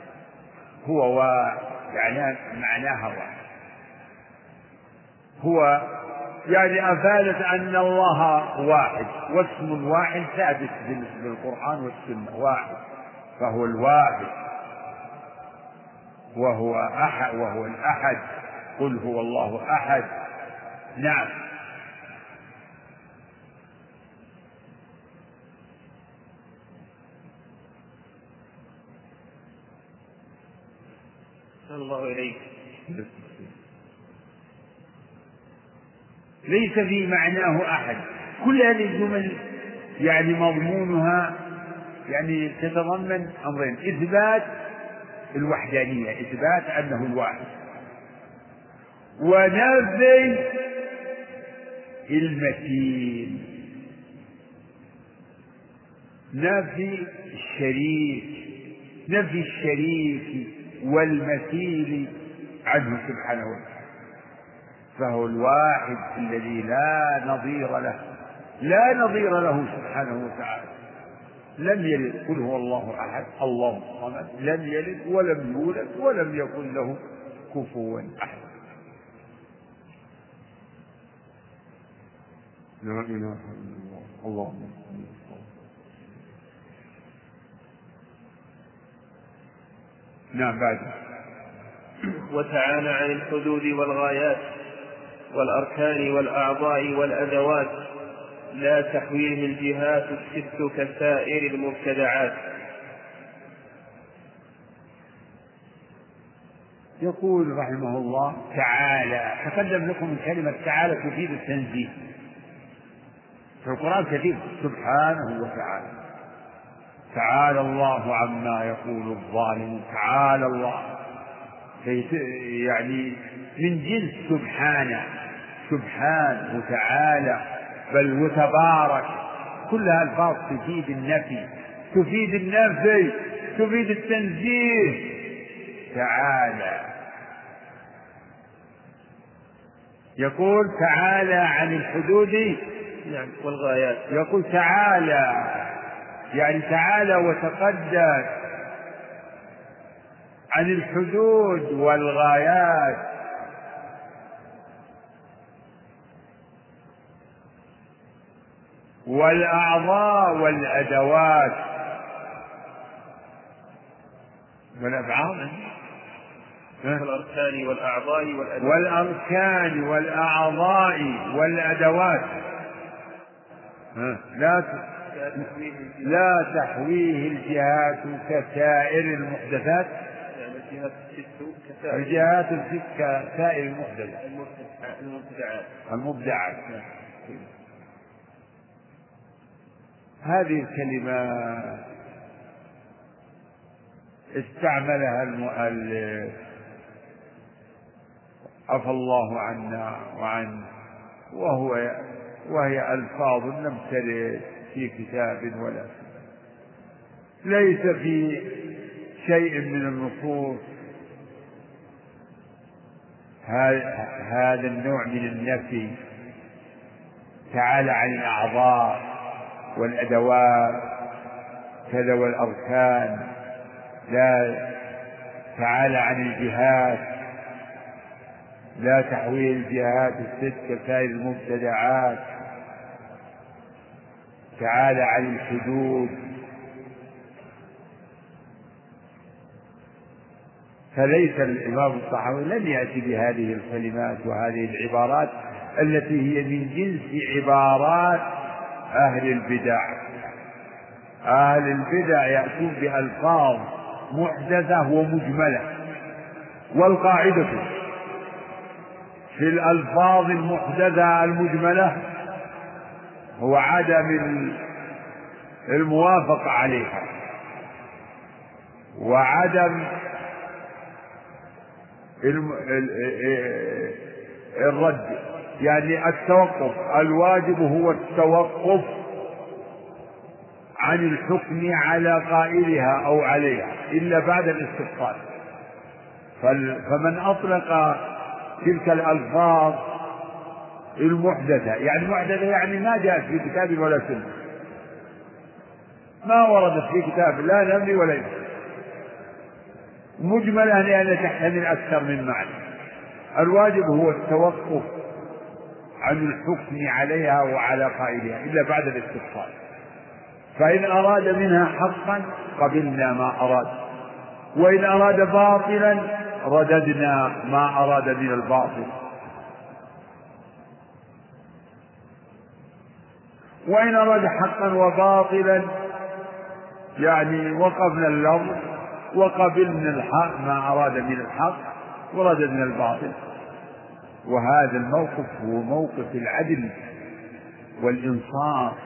يعني معناها واحد. هو يعني أفادت أن الله واحد، واسم واحد ثابت بالقرآن والسنة، واحد، فهو الواحد وهو الأحد. قل هو الله أحد. نعم. الله إليك. ليس في معناه أحد. كل هذه الجمل يعني مضمونها يعني تتضمن أمرين: إثبات الوحدانية، إثبات أنه الواحد، ونفي المثيل، نفي الشريك والمثيل عنه سبحانه وتعالى. فهو الواحد الذي لا نظير له سبحانه وتعالى. لم يلد، قل هو الله أحد الله الصمد، لم يلد ولم يولد ولم يكن له كفوا أحد. لا إله إلا الله. اللهم نعم. بعد وتعالى عن الحدود والغايات والأركان والأعضاء والأدوات لا تحويه الجهات الست كسائر المبتدعات. يقول رحمه الله تعالى. تقدم لكم كلمة تعالى تفيد التنزيه في القرآن كثير، سبحانه وتعالى. تعالى الله عما يقول الظالمون. تعالى الله يعني من جنس سبحانه، سبحان وتعالى بل وتبارك، كلها الفاظ تفيد النفي، تفيد النفي، تفيد التنزيه. تعالى يقول تعالى عن الحدود والغايات. يقول تعالى يعني تعالى وتقدس عن الحدود والغايات والأعضاء والأدوات والأفعال والأركان والأعضاء والأدوات. والأركان والأعضاء والأدوات لا تحويه الجهات كسائر المحدثات. الجهات الست كسائر المبدعات. هذه الكلمة استعملها المؤلف عفى الله عنا وعنه، وهي ألفاظ لم ترد في كتاب ولا ليس في شيء من النصوص هذا النوع من النفي. تعالى عن الأعضاء والأدوات كذا والأركان، لا تعالى عن الجهات لا تحويل الجهات الست كسائر المبتدعات. تعالى عن الحدود. فليس الإمام الطحاوي لم يأتي بهذه الكلمات وهذه العبارات التي هي من جنس عبارات أهل البدع. أهل البدع يأتون بألفاظ محدثة ومجملة، والقاعدة في الألفاظ المحدثة المجملة هو عدم الموافقة عليها وعدم الرد، يعني التوقف. الواجب هو التوقف عن الحكم على قائلها أو عليها إلا بعد الاستفصال. فمن أطلق تلك الألفاظ المحدثة، يعني محدثة يعني ما جاءت في كتاب ولا سنة، ما وردت في كتاب لا نملي ولا يملي، مجملة لأن تحتمل أكثر من معنى. الواجب هو التوقف عن الحكم عليها وعلى قائلها إلا بعد الاستفصال. فإن أراد منها حقا قبلنا ما أراد، وإن أراد باطلا رددنا ما أراد من الباطل، وإن أراد حقا وباطلا يعني وقفنا اللفظ وقبلنا الحق ما أراد من الحق ورددنا الباطل. وهذا الموقف هو موقف العدل والإنصاف.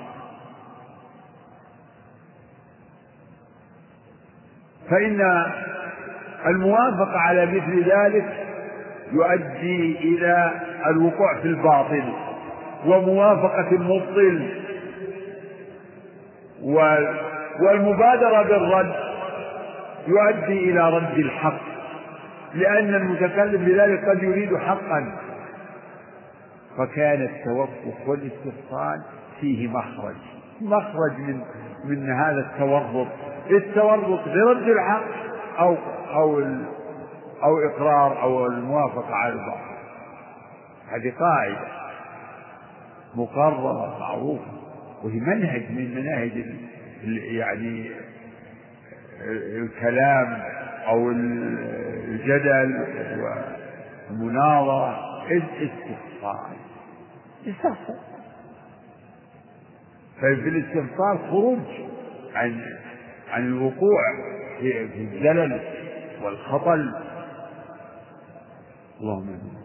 فإن الموافقة على مثل ذلك يؤدي إلى الوقوع في الباطل وموافقة المبطل، والمبادرة بالرد يؤدي إلى رد الحق، لأن المتكلم بذلك قد يريد حقا. فكان التوقف والاستفصال فيه مخرج من هذا التورط برد الحق أو إقرار أو الموافقة على البعض. هذه قاعدة مقررة معروفة، وهي منهج من مناهج يعني الكلام أو الجدل والمناظرة. الاستفسار ففي الاستفسار خروج عن الوقوع في الزلل والخطل. اللهم آمين.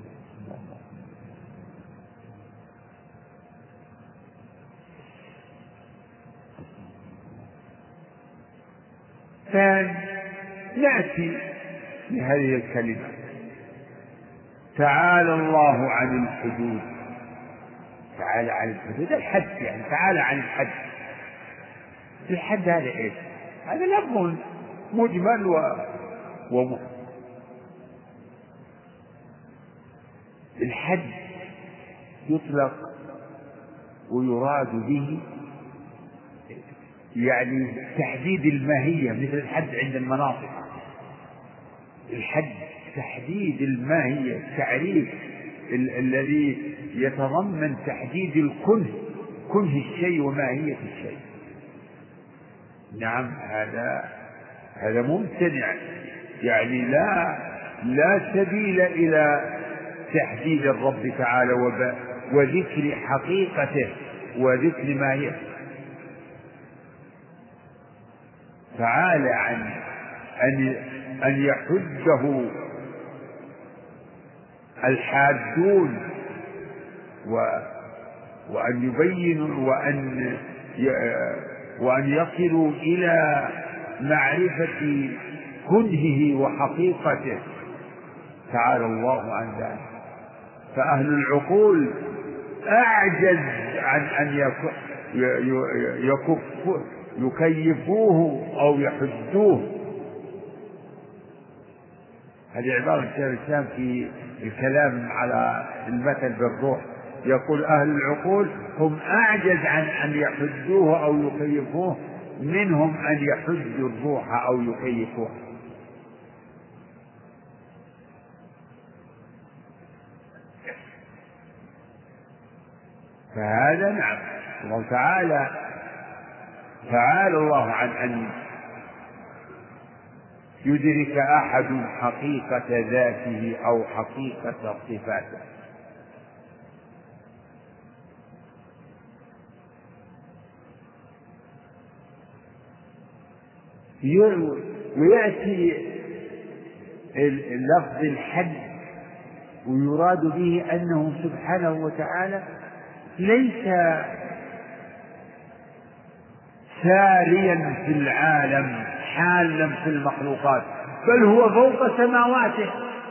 فنأتي لهذه الكلمة: تعالى الله عن الحدود. تعالى عن الحدود، الحد يعني تعالى عن الحد. الحد هذا ايش؟ هذا لفظ مجمل الحد يطلق ويراد به يعني تحديد الماهية، مثل الحد عند المناطق. الحد تحديد الماهية، التعريف الذي يتضمن تحديد كنه الشيء وماهية الشيء. نعم، هذا ممتنع، يعني لا سبيل إلى تحديد الرب تعالى وذكر حقيقته وذكر ماهيته. تعالى عن أن يحده الحادون وأن يبينوا وأن يصلوا إلى معرفة كنهه وحقيقته. تعالى الله عن ذلك. فأهل العقول أعجز عن أن يكيفوه أو يحدوه. هذه عبارة الشيخ الإسلام في الكلام على المثل بالروح، يقول أهل العقول هم أعجز عن أن يحدوه أو يكيفوه منهم أن يحدوا الروح أو يكيفوه. فهذا نعم، الله تعالى الله عن أن يدرك أحد حقيقة ذاته أو حقيقة صفاته. ويأتي لفظ الحد ويراد به أنه سبحانه وتعالى ليس ساريا في العالم حالا في المخلوقات، بل هو فوق سماواته.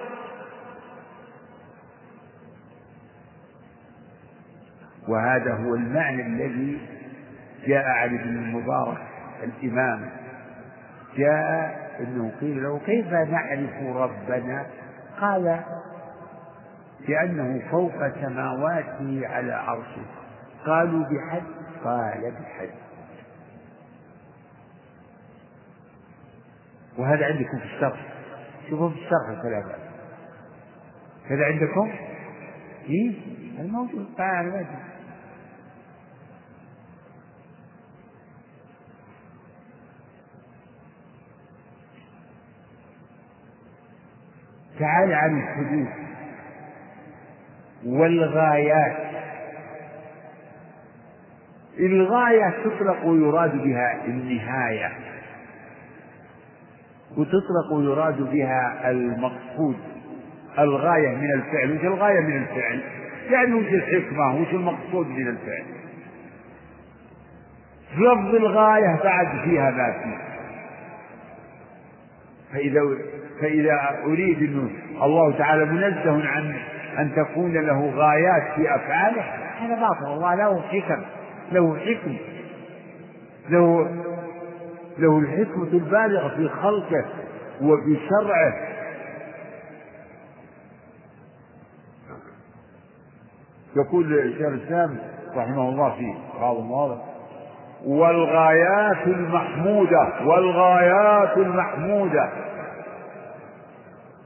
وهذا هو المعنى الذي جاء علي بن المبارك الإمام، جاء انه قيل له: كيف نعرف ربنا؟ قال: لأنه فوق سماواته على عرشه. قالوا: بحد؟ قال: بحد. وهذا عندكم في الشرح، شوفوا في الشرح الكلام هذا عندكم الموجود. تعالى عن الحدود والغايات. الغاية تطلق ويراد بها النهاية، وتطلق ويراد بها المقصود. الغاية من الفعل، وش الغاية من الفعل؟ يعني وش الحكمة، وش المقصود من الفعل. لفظ الغاية بعد فيها ما فيه. فإذا أريد أن الله تعالى منزه عن أن تكون له غايات في أفعاله، هذا باطل. الله له حكم، له حكم، له الحكمة البالغة في خلقه وفي شرعه. يقول الشيخ الإسلام رحمه الله في بعض المواضع: والغايات المحمودة.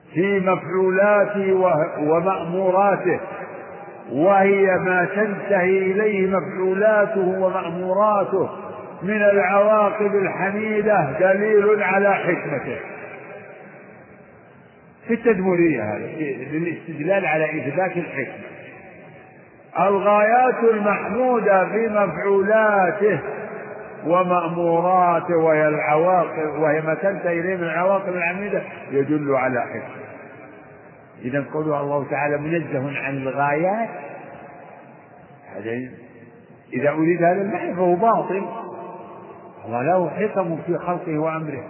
في مفعولاته ومأموراته، وهي ما تنتهي إليه مفعولاته ومأموراته من العواقب الحميدة دليل على حكمته. في التدمرية هذا للاستدلال على إثبات الحكمة. الغايات المحمودة في مفعولاته ومأموراته وهي العواقب، وهي ما تنتهي إليه من العواقب الحميدة يدل على حكمة. إذا قوله الله تعالى منزه عن الغايات، إذا أريد هذا المعنى فهو باطل. الله له حكم في خلقه وأمره،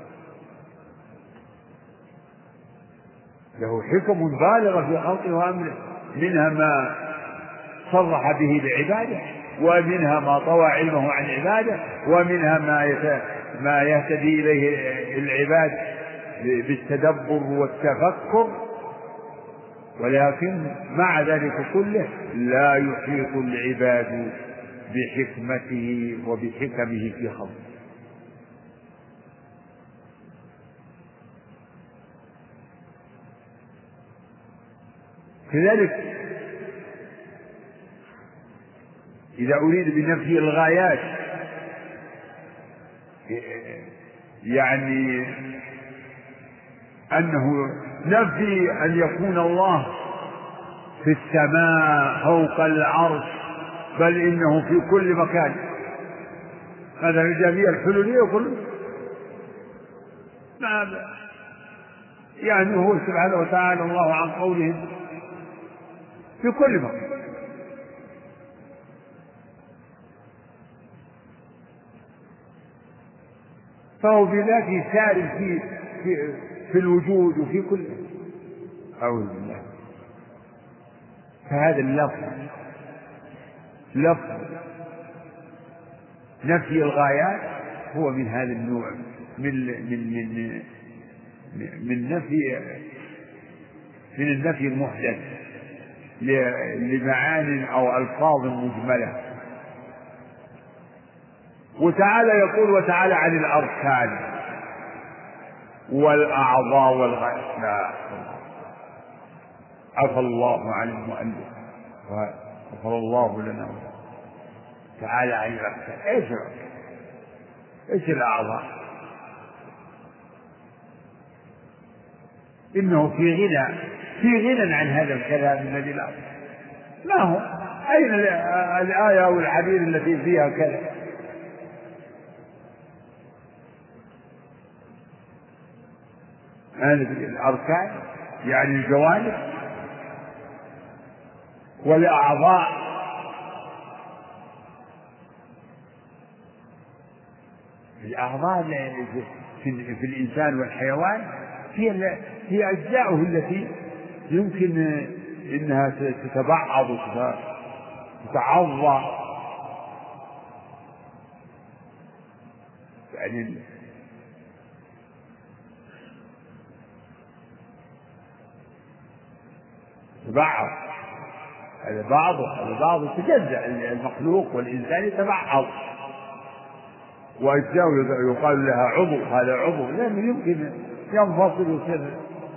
له حكم بالغة في خلقه وأمره، منها ما صرح به بعباده، ومنها ما طوى علمه عن عباده، ومنها ما يهتدي إليه العباد بالتدبر والتفكر. ولكن مع ذلك كله لا يحيط العباد بحكمته وبحكمه في خلقه. كذلك إذا أريد بنفي الغايات يعني أنه نفي أن يكون الله في السماء فوق العرش، بل إنه في كل مكان. هذا الجميع الحلولية كله يعني هو سبحانه وتعالى الله عن قولهم في كل مكان. فهو بذاته سار في الوجود وفي كل. أعوذ بالله. فهذا لفظ نفي الغايات هو من هذا النوع من النفي المحدث لمعان أو ألفاظ مجملة. وتعالى يقول وتعالى عن الأركان والأعضاء والغايات. عفى الله عن المؤلف وغفر الله لنا. تعالى عن الأركان. إيش الأعضاء؟ إنه في غنى عن هذا الكلام الذي لا ما هو. أين الآية والحديث التي فيها كذا؟ الأركان يعني الجوانب، والأعضاء الأعضاء في الإنسان والحيوان هي أجزاؤه التي يمكن إنها تتبعض وتتعضى. يعني تبعض، هذا بعض يتجزأ. المخلوق والإنسان يتبعض، وأجزاء يقال لها عضو، هذا عضو لأنه يمكن ينفصل ويصير.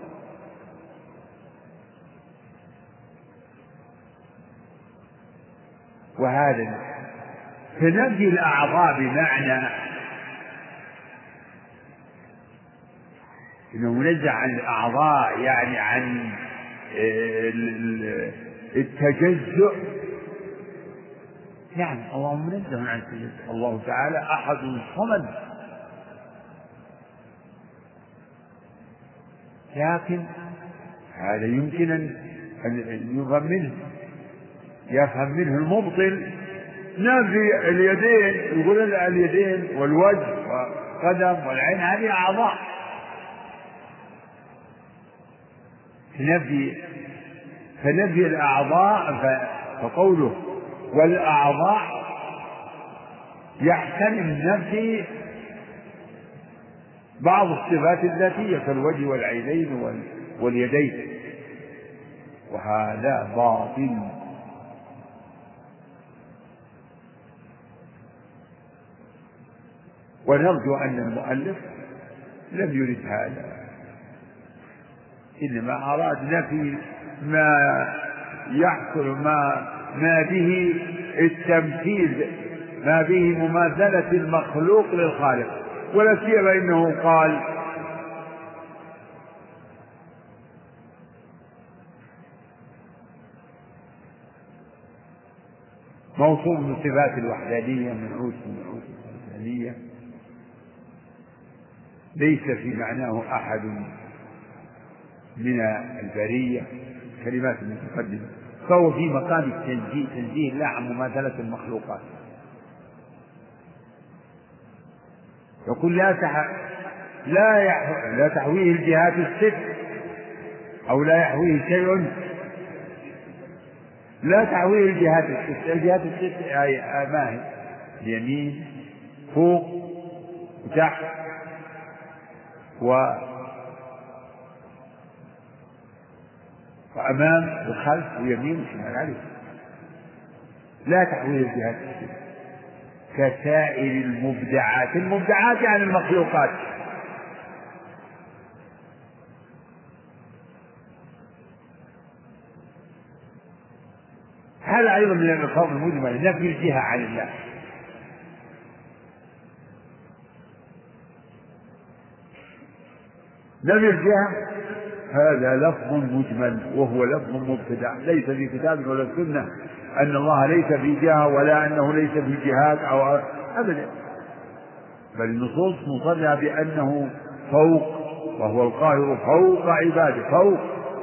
وهذا فنفي الأعضاء بمعنى إنه منزه عن الأعضاء، يعني عن التجزؤ. نعم الله منزه عن التجزؤ. الله تعالى أحد صمد، لكن هذا يمكن أن يفهم منه المبطل نفي اليدين، يقول اليدين والوجه والقدم والعين هذه أعضاء. فنفي الأعضاء، فقوله والأعضاء يحتمل نفي بعض الصفات الذاتية كالوجه والعينين واليدين، وهذا باطل. ونرجو أن المؤلف لم يرد هذا، إنما أراد نفي ما يحصل ما به التمثيل، ما به مماثلة المخلوق للخالق، ولا سيما إنه قال موصوف بصفات الوحدانية منعوت الوحدانية، ليس في معناه أحد من البرية كلمات المتقدمة، فهو في مقام التنزيه، تنزيه الله عن مماثلة المخلوقات. يقول لا تحويه الجهات الست، أو لا يحويه شيء، لا تحويه الجهات الست. الجهات الست ما هي؟ اليمين، فوق، وتحت، وأمام وخلف ويمين وشمال عليه. لا تحويه الجهات الست كسائر المبدعات. المبدعات يعني المخلوقات. هذا أيضا من الألفاظ المجملة، نفي الجهة عن الله. نفي الجهة هذا لفظ مجمل، وهو لفظ مبتدع، ليس في كتاب ولا سنة أن الله ليس في جهة ولا أنه ليس في جهات أو أبدا، بل النصوص مصرحة بأنه فوق، وهو القاهر فوق عباده. فوق.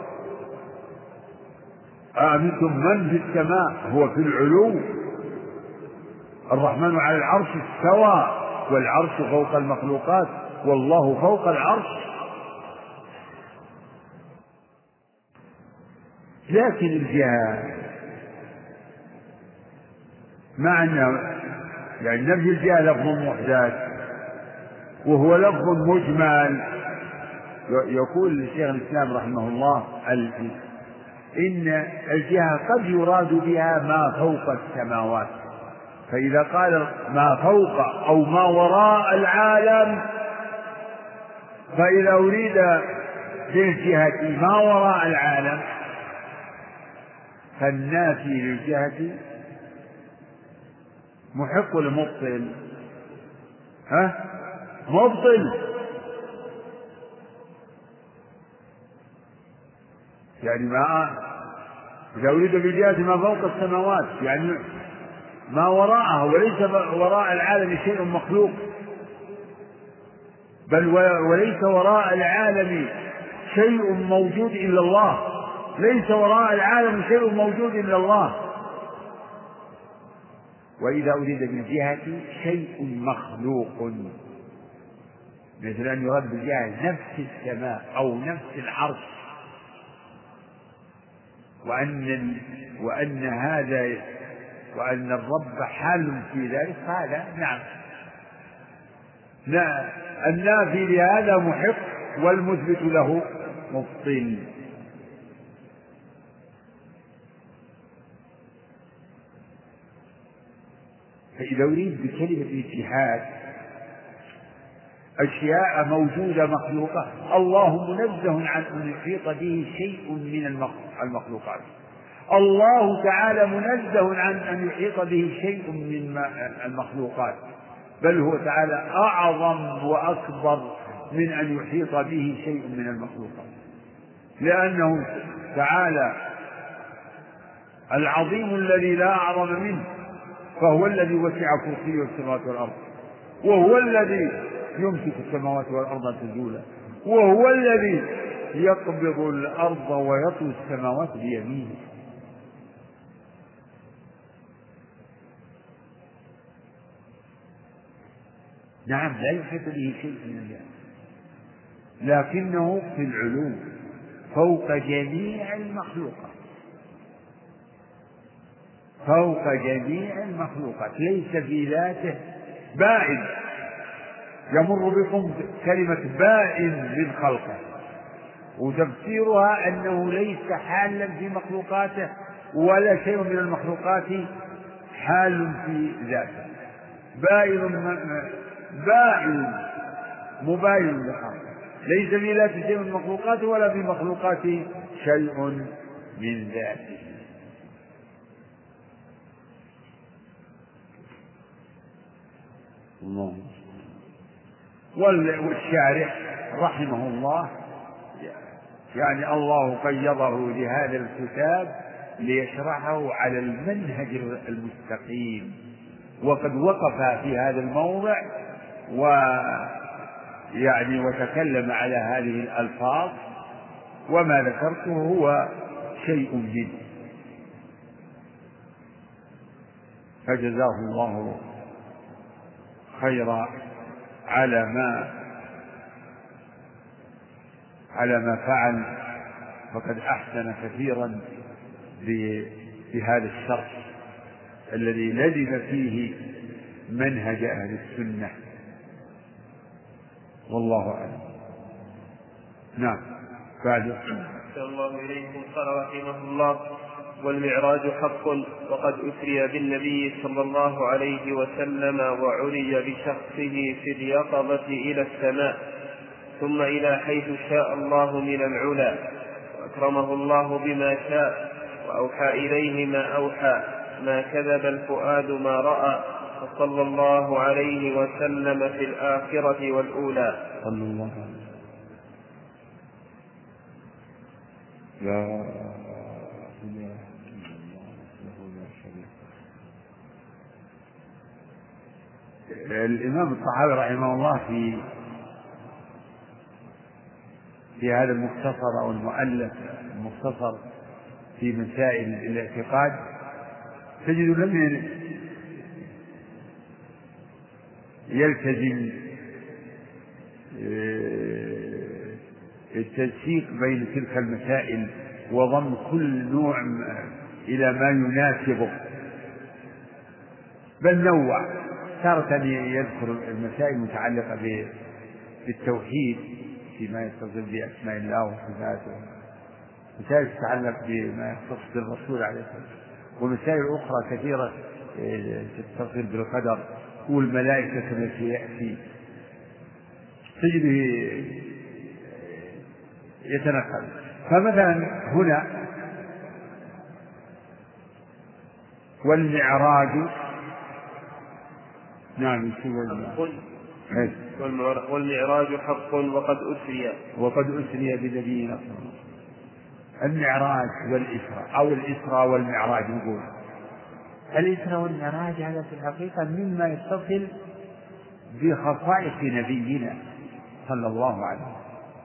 أأمنتم من في السماء، هو في العلو. الرحمن على العرش استوى، والعرش فوق المخلوقات، والله فوق العرش. لكن الجهة مع أنه يعني نفي الجهة لفظ محدث وهو لفظ مجمل. يقول الشيخ الإسلام رحمه الله إن الجهة قد يراد بها ما فوق السماوات، فإذا قال ما فوق أو ما وراء العالم، فإذا أريد بالجهة ما وراء العالم فالنافي للجهة محق لمبطل. مبطل، يعني ما إذا أريد بالجهة ما فوق السماوات يعني ما وراءها، وليس وراء العالم شيء مخلوق، بل وليس وراء العالم شيء موجود إلا الله. ليس وراء العالم شيء موجود إلا الله. وإذا أريد بالجهة شيء مخلوق، مثل أن يرد بالجهة نفس السماء أو نفس العرش، وأن الرب حال في ذلك، هذا نعم النافي لهذا محق والمثبت له مبطل. فإذا أريد بكلمة الاتحاد أشياء موجودة مخلوقة، الله منزه عن أن يحيط به شيء من المخلوقات. الله تعالى منزه عن أن يحيط به شيء من المخلوقات، بل هو تعالى أعظم وأكبر من أن يحيط به شيء من المخلوقات، لأنه تعالى العظيم الذي لا أعظم منه، فهو الذي وسع كرسيه السماوات والأرض، وهو الذي يمسك السماوات والأرض تزولا، وهو الذي يقبض الأرض ويطوي السماوات بيمينه. نعم لا يحيط به شيء من الله، لكنه في العلو فوق جميع المخلوقات، فوق جميع المخلوقات، ليس في ذاته بائن. يمر بكم كلمة بائن من خلقه، وتفسيرها أنه ليس حالا في مخلوقاته ولا شيء من المخلوقات حال في ذاته. بائن مباين لخلقه، ليس في ذاته شيء من مخلوقاته ولا في مخلوقاته شيء من ذاته. والشارع رحمه الله يعني الله قيضه لهذا الكتاب ليشرحه على المنهج المستقيم، وقد وقف في هذا الموضع ويعني وتكلم على هذه الألفاظ، وما ذكرته هو شيء منه، فجزاه الله خيرا على ما فعل، فقد أحسن كثيرا بهذا الشرح الذي لزم فيه منهج أهل السنة، والله أعلم. نعم. بعد الله إليكم قال رحمه الله: والمعراج حق، وقد أسري بالنبي صلى الله عليه وسلم وعرج بشخصه في اليقظة إلى السماء، ثم إلى حيث شاء الله من العلا، وأكرمه الله بما شاء، وأوحى إليه ما أوحى، ما كذب الفؤاد ما رأى، وصلى الله عليه وسلم في الآخرة والأولى. صلى الله عليه وسلم. لا إله إلا الله وحده لا شريك له. الإمام الطحاوي رحمه الله في هذا المختصر أو المؤلف المختصر في مسائل الاعتقاد تجد لم يلتزم التنسيق بين تلك المسائل وضم كل نوع إلى ما يناسبه، بل نوع، تارة يذكر المسائل المتعلقة بالتوحيد فيما يتصل بأسماء الله وصفاته، مسائل تتعلق بما يختص بالرسول عليه الصلاة والسلام، ومسائل أخرى كثيرة تتصل بالقدر والملائكة كما سيأتي، تجده يتنقل. فمثلا هنا والمعراج، نعم، والمعراج حق وقد أسري بنبينا. المعراج والإسراء أو الإسراء والمعراج، نقول الإسراء والمعراج هذا في الحقيقة مما يتصل بخصائص نبينا صلى الله عليه وسلم،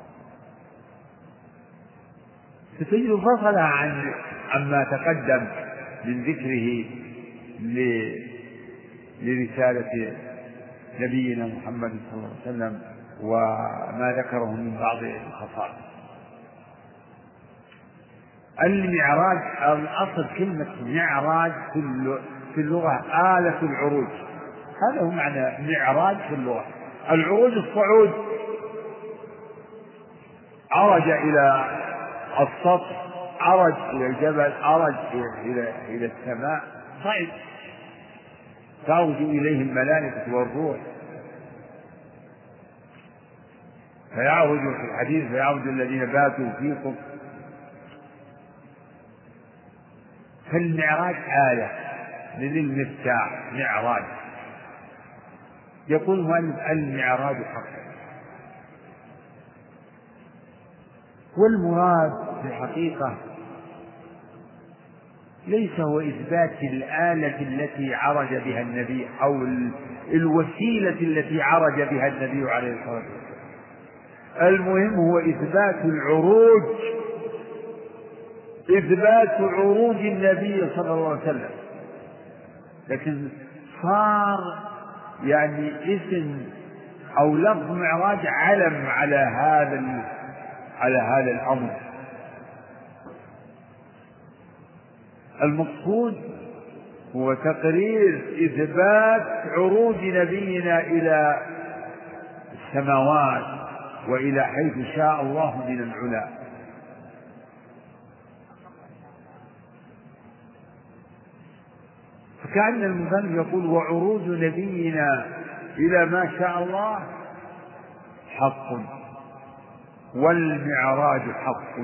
فتجد فصل عما تقدم من ذكره لرسالة نبينا محمد صلى الله عليه وسلم وما ذكره من بعض الخصائص. المعراج الأصل كلمة معراج في اللغة آلة العروج، هذا هو معنى معراج في اللغة. العروج الصعود، عرج إلى السطح، عرج إلى الجبل، عرج إلى السماء، صعد، تعرج إليه الملائكة والروح، فيعرج في الحديث فيعرج الذين باتوا فيكم. فالمعراج آية لذي المفتاح، معراج. يقول المؤلف: المعراج حق. والمراد في الحقيقة ليس هو إثبات الآلة التي عرج بها النبي أو الوسيلة التي عرج بها النبي عليه الصلاة والسلام، المهم هو إثبات العروج، إثبات عروج النبي صلى الله عليه وسلم. لكن صار يعني اسم أو لفظ معراج علم على هذا الأمر. المقصود هو تقرير إثبات عروج نبينا إلى السماوات وإلى حيث شاء الله من العلا. فكأن المصنف يقول: وعروج نبينا إلى ما شاء الله حق، والمعراج حق.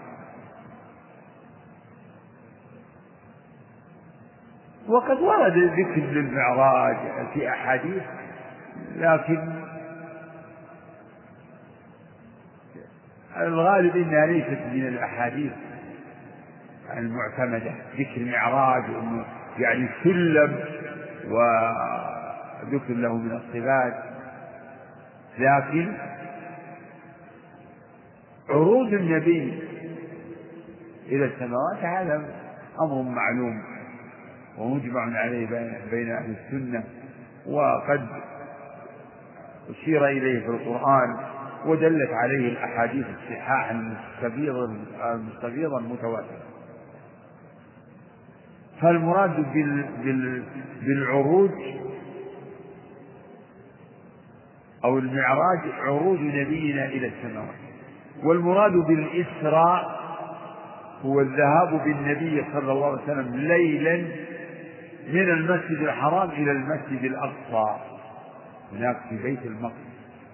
وقد ورد ذكر للمعراج في أحاديث، لكن الغالب إنها ليست من الأحاديث المعتمدة، ذكر المعراج إنه يعني سلم وذكر له من الصفات. لكن عروج النبي إلى السماوات هذا أمر معلوم ومجمع عليه بين أهل السنة، وقد أشير إليه في القرآن ودلت عليه الأحاديث الصحاح المستفيضة المتواترة. فالمراد بالعروج أو المعراج عروج نبينا إلى السماوات، والمراد بالإسراء هو الذهاب بالنبي صلى الله عليه وسلم ليلا من المسجد الحرام إلى المسجد الأقصى هناك في بيت المقدس.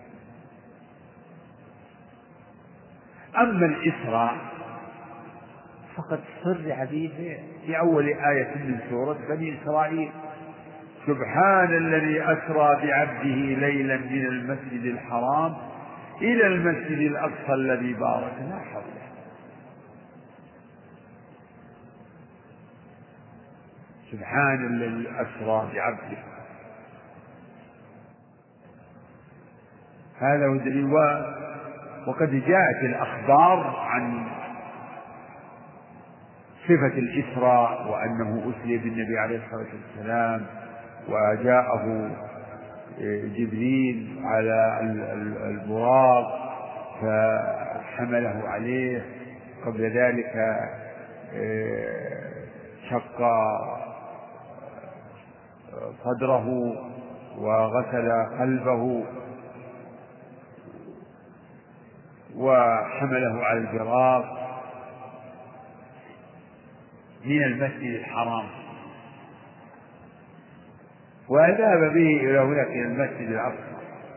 أما الإسراء فقد صرح به في أول آية من سورة بني إسرائيل: سبحان الذي أسرى بعبده ليلا من المسجد الحرام إلى المسجد الأقصى الذي باركنا حوله. سبحان الذي أسرى بعبده، هذا هو الدليل. وقد جاءت الأخبار عن صفة الإسراء وأنه أسري بالنبي عليه الصلاة والسلام، وجاءه جبريل على البراق فحمله عليه، قبل ذلك شق صدره وغسل قلبه وحمله على البراق من المسجد الحرام وذهب به إلى هناك إلى المسجد الأقصى.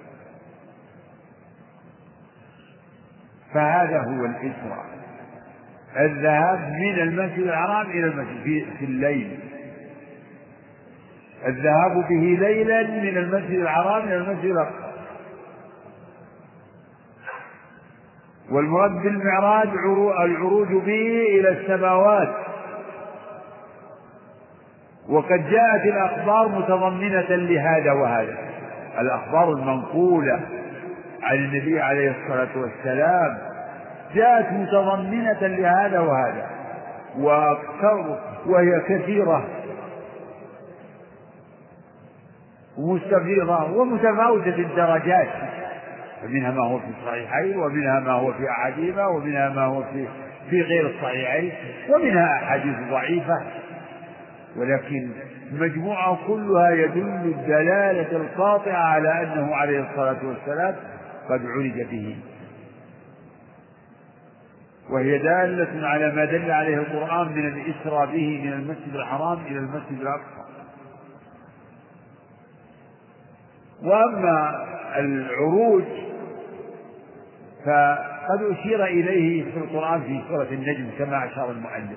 فهذا هو الإسراء، الذهاب من المسجد الحرام إلى المسجد في الليل، الذهاب به ليلا من المسجد الحرام إلى المسجد الأقصى. والمراد بالمعراج العروج به إلى السماوات. وقد جاءت الأخبار متضمنة لهذا وهذا، الأخبار المنقولة عن النبي عليه الصلاة والسلام جاءت متضمنة لهذا وهذا، وهي كثيرة ومستفيضة ومتفاوتة الدرجات، منها ما هو في الصحيحين، ومنها ما هو في أحاديث، ومنها ما هو في غير الصحيحين، ومنها أحاديث ضعيفة، ولكن مجموعة كلها يدل الدلالة القاطعة على أنه عليه الصلاة والسلام قد عرج به، وهي دالة على ما دل عليه القرآن من الإسراء به من المسجد الحرام إلى المسجد الأقصى. وأما العروج فقد أشير إليه في القرآن في سورة النجم كما أشار المؤلف: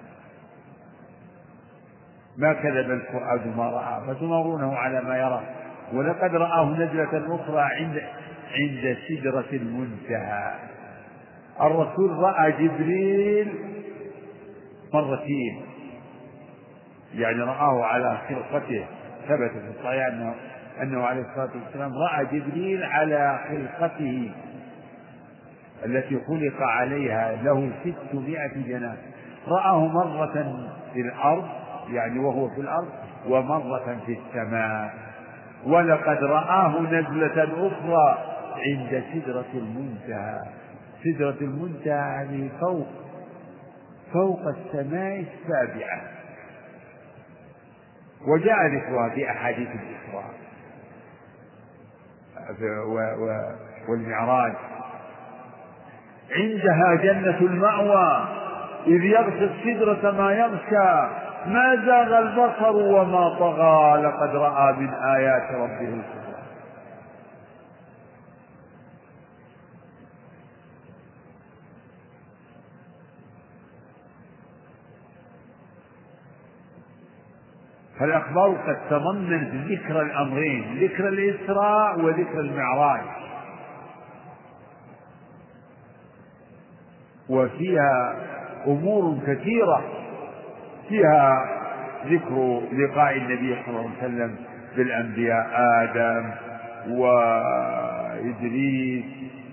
ما كذب الفؤاد ما رأى فتمارونه على ما يرى ولقد رآه نزلة أخرى عند سدرة المنتهى. الرسول رأى جبريل مرتين، يعني رآه على خلقته، ثبت في الصحيح أنه عليه الصلاة والسلام رأى جبريل على خلقته التي خلق عليها، له 600 جناح. رآه مرة في الأرض يعني وهو في الأرض، ومرة في السماء. ولقد رآه نزلة أخرى عند سدرة المنتهى. سدرة المنتهى يعني فوق السماء السابعة، وجاء ذكرها في أحاديث الإسراء والمعراج. عندها جنة المأوى إذ يغشى السدرة ما يغشى ما زاغ البصر وما طغى لقد رأى من آيات ربه الكبرى. فالأخبار قد تضمنت ذكر الأمرين، ذكر الإسراء وذكر المعراج، وفيها أمور كثيرة، فيها ذكر لقاء النبي صلى الله عليه وسلم بالأنبياء آدم وإدريس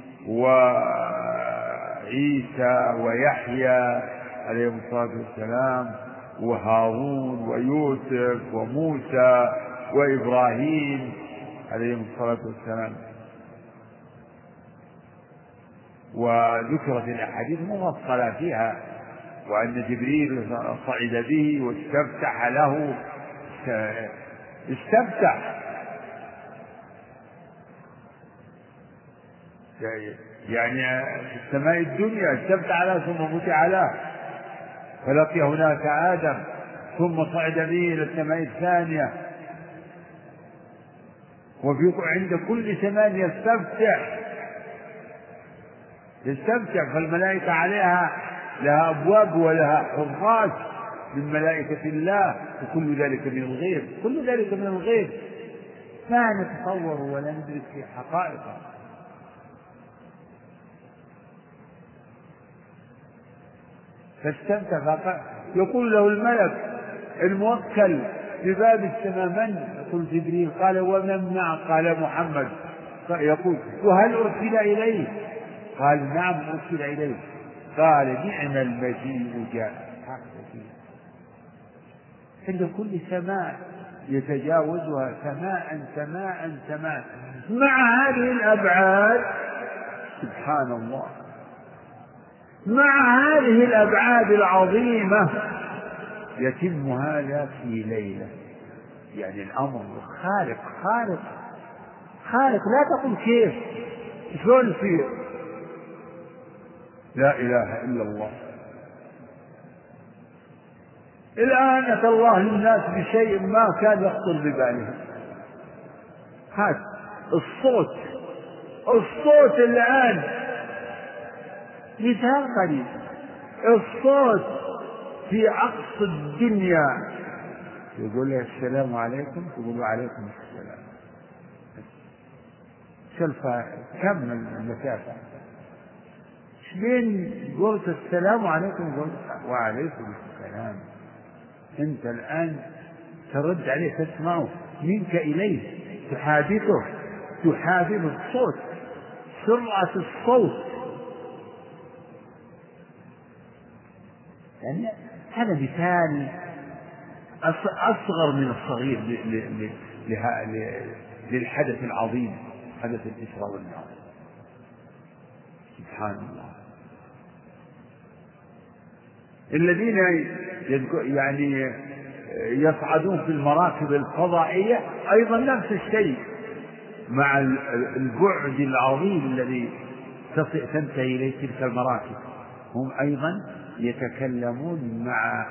وعيسى ويحيى عليهم الصلاة والسلام، وهارون ويوسف وموسى وإبراهيم عليهم الصلاة والسلام. وذكرت الأحاديث مفصلة فيها، وأن جبريل صعد به واستفتح له، استفتح يعني في السماء الدنيا استفتح له ثم فتح له، فلقي هناك آدم ثم صعد به إلى السماء الثانية، وفي عند كل سماء يستفتح، فالملائكة عليها لها أبواب ولها حراس من ملائكة الله، وكل ذلك من الغيب، كل ذلك من الغيب ما نتصور ولا ندرك في حقائقه. فاستفتح يقول له الملك الموكل بباب السماء من؟ يقول جبريل. قال ومن معه؟ قال محمد. يقول وهل أرسل إليه؟ قال نعم أرسل إليه. قال نعم المجيء جاء. عند كل سماء يتجاوزها سماء مع هذه الأبعاد، سبحان الله، مع هذه الأبعاد العظيمة يتم هذا في ليلة. يعني الأمر خارق لا تقل كيف شلون فيه. لا إله إلا الله. الآن أتى الله للناس بشيء ما كان يخطر ببالهم. هذا الصوت الآن مثال قليل، الصوت في أقصى الدنيا يقول له السلام عليكم، تقول وعليكم السلام. كم المسافة؟ شلين قلت السلام عليكم قلت وعليكم السلام؟ أنت الآن ترد عليه، تسمعه منك إليه، تحادثه الصوت، سرعة الصوت. يعني هذا مثال أصغر من الصغير للحدث العظيم، حدث الإسراء والمعراج. سبحان الله. الذين يعني يصعدون في المراكب الفضائية أيضا نفس الشيء، مع البعد العظيم الذي تنتهي إليه تلك المراكب، هم أيضا يتكلمون مع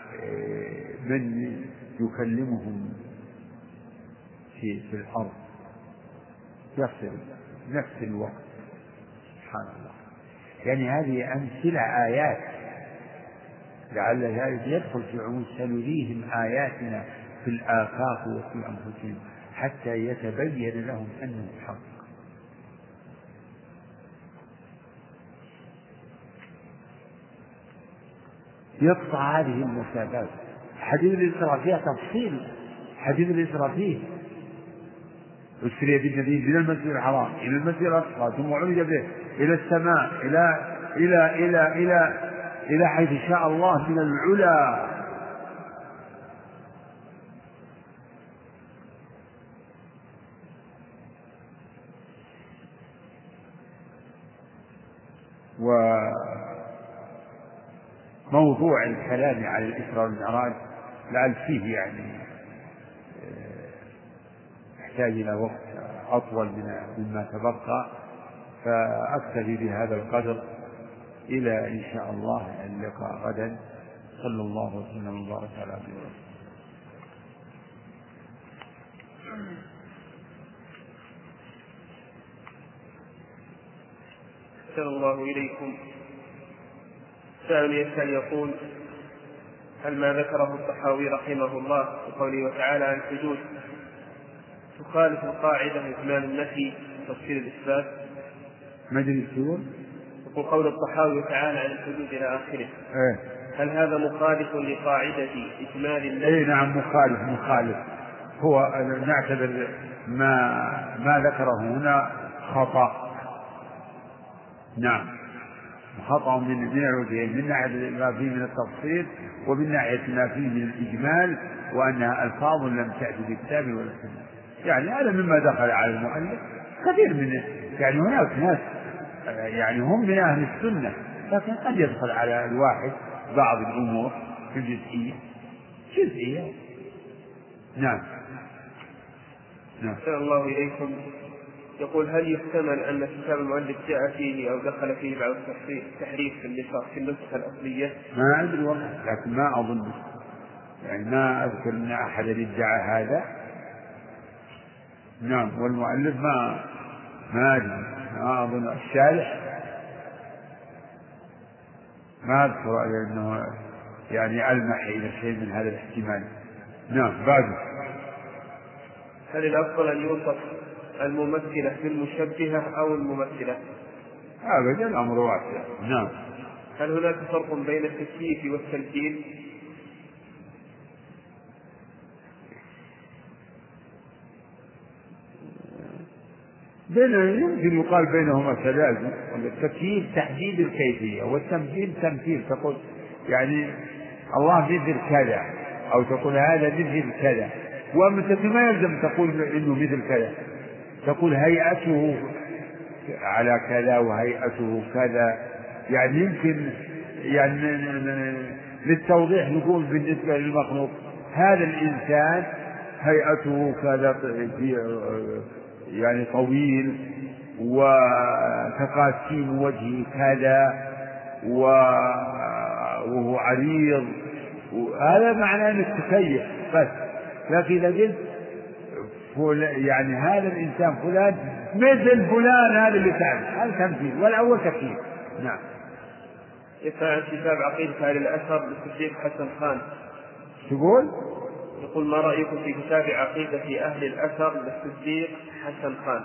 من يكلمهم في الأرض، يصل نفس الوقت. سبحان الله. يعني هذه أمثلة آيات، لعل ذلك يدخل في عموم سنريهم آياتنا في الآفاق وفي أنفسهم حتى يتبين لهم أنه الحق. يقطع هذه المسافات. حديث الإسراء فيها تفصيل، حديث الإسراء فيه أسري بالنبي من المسجد الحرام إلى المسجد الأقصى ثم عرج به إلى السماء إلى حيث شاء الله من العلا. وموضوع الكلام على الإسراء والمعراج لعل فيه يعني يحتاج إلى وقت أطول مما تبقى، فأكتفي بهذا القدر. إلى إن شاء الله اللقاء غدا. صلى الله وسلم وبارك على عبده ورسوله. أحسن الله إليكم. سائل يسأل يقول هل ما ذكره الطحاوي رحمه الله في قوله تعالى عن السجود تخالف القاعدة إكمال النفي وتفسير الإثبات؟ مجلس السجود يقول قول الطحاوي تعالى عن السجود إلى آخره هل هذا مخالف لقاعدة إكمال النفي؟ نعم مخالف. هو نعتبر ما ذكره هنا خطأ. نعم خطأ من الوجهين، من ناحية ما فيه من التفصيل ومن ناحية ما فيه من الإجمال، وأنها ألفاظ لم تأتي بالكتاب ولا السنة. يعني هذا مما دخل على المؤلف كثير من يعني هناك ناس يعني هم من أهل السنة، لكن قد يدخل على الواحد بعض الأمور في الجزئية. نعم. أحسن الله إليكم. يقول هل يحتمل أن كتاب المؤلف جاء فيه أو دخل فيه بعض التحريف في النسخة الأصلية؟ ما أدري والله، لكن ما أظن، يعني ما أذكر أن أحد ادعى هذا. نعم والمؤلف ما أدري، ما أظن الشارح ما أذكر أنه يعني ألمح إلى شيء من هذا الاحتمال. نعم. بعده هل الأفضل أن يوصف الممثلة بالمشبهة أو الممثلة؟ أبدا الأمر واسع. نعم. هل هناك فرق بين التكييف والتمثيل؟ يمكن يقال بينهما تلازم. التكييف تحديد الكيفية، والتمثيل تمثيل، تقول يعني الله مثل كذا، أو تقول هذا مثل كذا، وما يلزم تقول إنه مثل كذا، تقول هيئته على كذا وهيئته كذا. يعني يمكن يعني للتوضيح نقول بالنسبة للمخلوق هذا الإنسان هيئته كذا، يعني طويل، وتقاسيم وجهه كذا، وهو عريض، هذا معناه أنك تكيف بس. لكن إذا قلت يعني هذا الإنسان فلان مثل فلان، هذا اللي تعرف، هذا تمثيل، والأول تكييف. نعم. يسعى كتاب عقيدة أهل الأثر للشيخ حسن خان. تقول؟ يقول ما رأيكم في كتاب عقيدة أهل الأثر للصديق حسن خان؟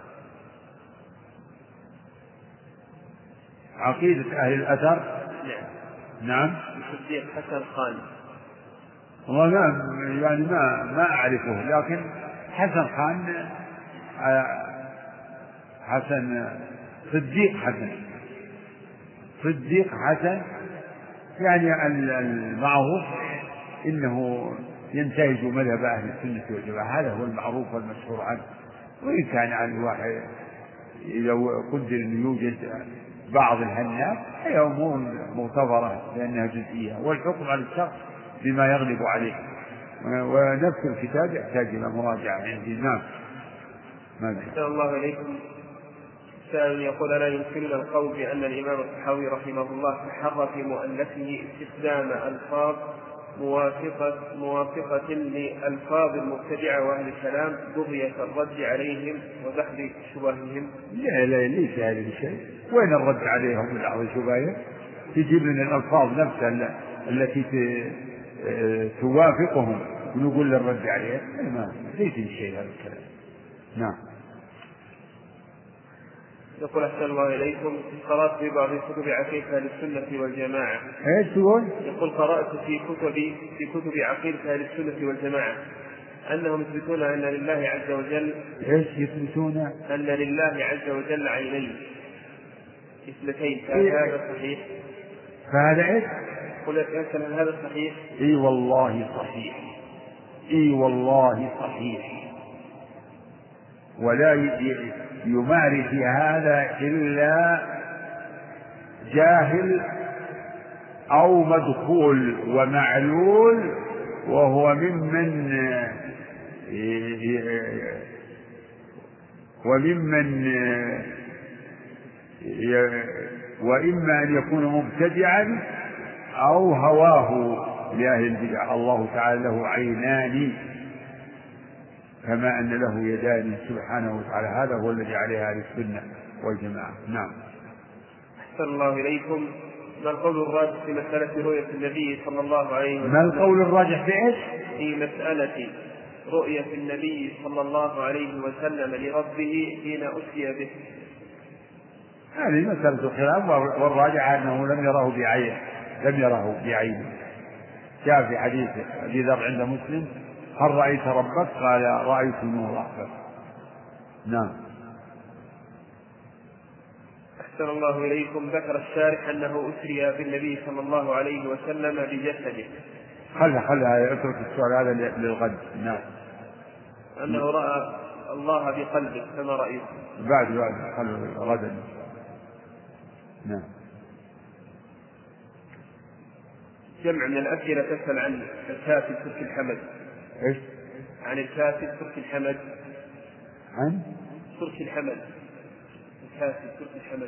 عقيدة أهل الأثر؟ نعم. الصديق حسن خان. والله يعني ما أعرفه، لكن حسن خان حسن صديق حسن، يعني المعروف إنه ينتهج مذهب أهل السنة والجماعة، هذا هو المعروف والمشهور عنه. وإن كان عن الواحد لو قدر أن يوجد بعض الهنات هي أمور مغتبرة لأنها جزئية، والحكم على الشخص بما يغلب عليه، ونفس الكتاب يحتاج إلى مراجعة عندي. نعم. أحسن الله إليكم. سائل يقول لا يمكننا القول بأن الإمام الطحاوي رحمه الله تحرى في مؤلفه استخدام ألفاظ موافقة لألفاظ المبتدعة وأهل الكلام بغية الرد عليهم ودحض شبههم؟ لا ليس هذا الشيء. وين الرد عليهم ودحض شبههم؟ تجيب من الألفاظ نفسها التي توافقهم ونقول للرد عليهم؟ ليس الشيء هذا الكلام. نعم. يقول أحسن الله إليكم قرأت في بعض كتب عقيدة السنة والجماعة. إيش تقول؟ يقول قرأت في كتب عقيدة السنة والجماعة أنهم يثبتون أن لله عز وجل. إيش يثبتون؟ أن لله عز وجل عينين اثنتين. هل هذا صحيح؟ فهذا إيش؟ قل هل هذا صحيح؟ إي والله صحيح، إي والله صحيح. ولا يماري في هذا إلا جاهل أو مدخول ومعلول، وهو وإما أن يكون مبتدعا أو هواه لأهل البدع. الله تعالى له عينان كما أن له يدان سبحانه وتعالى، هذا هو الذي عليه أهل السنة والجماعة. نعم. أحسن الله إليكم. ما القول الراجح في مسألة رؤية النبي صلى الله عليه وسلم؟ ما القول الراجح في إيش؟ في مسألة رؤية النبي صلى الله عليه وسلم لربه حين أتي به. هذه مسألة الخلاف، والراجح أنه لم يره بعينه. جاء في حديث أبي ذر عند مسلم: هل رأيت ربك؟ قال: رأيت نورا. نعم. أحسن الله إليكم. ذكر الشارح أنه أسري بالنبي صلى الله عليه وسلم بجسده. خلها اترك السؤال هذا للغد. نعم. أنه رأى الله بقلبه كما رأيت. بعد غدا. نعم. جمع من الأسئلة تسأل عن الكاتب تركي الحمد. إيش؟ عن الكاتب تركي الحمد. عن تركي الحمد. الكاتب تركي الحمد.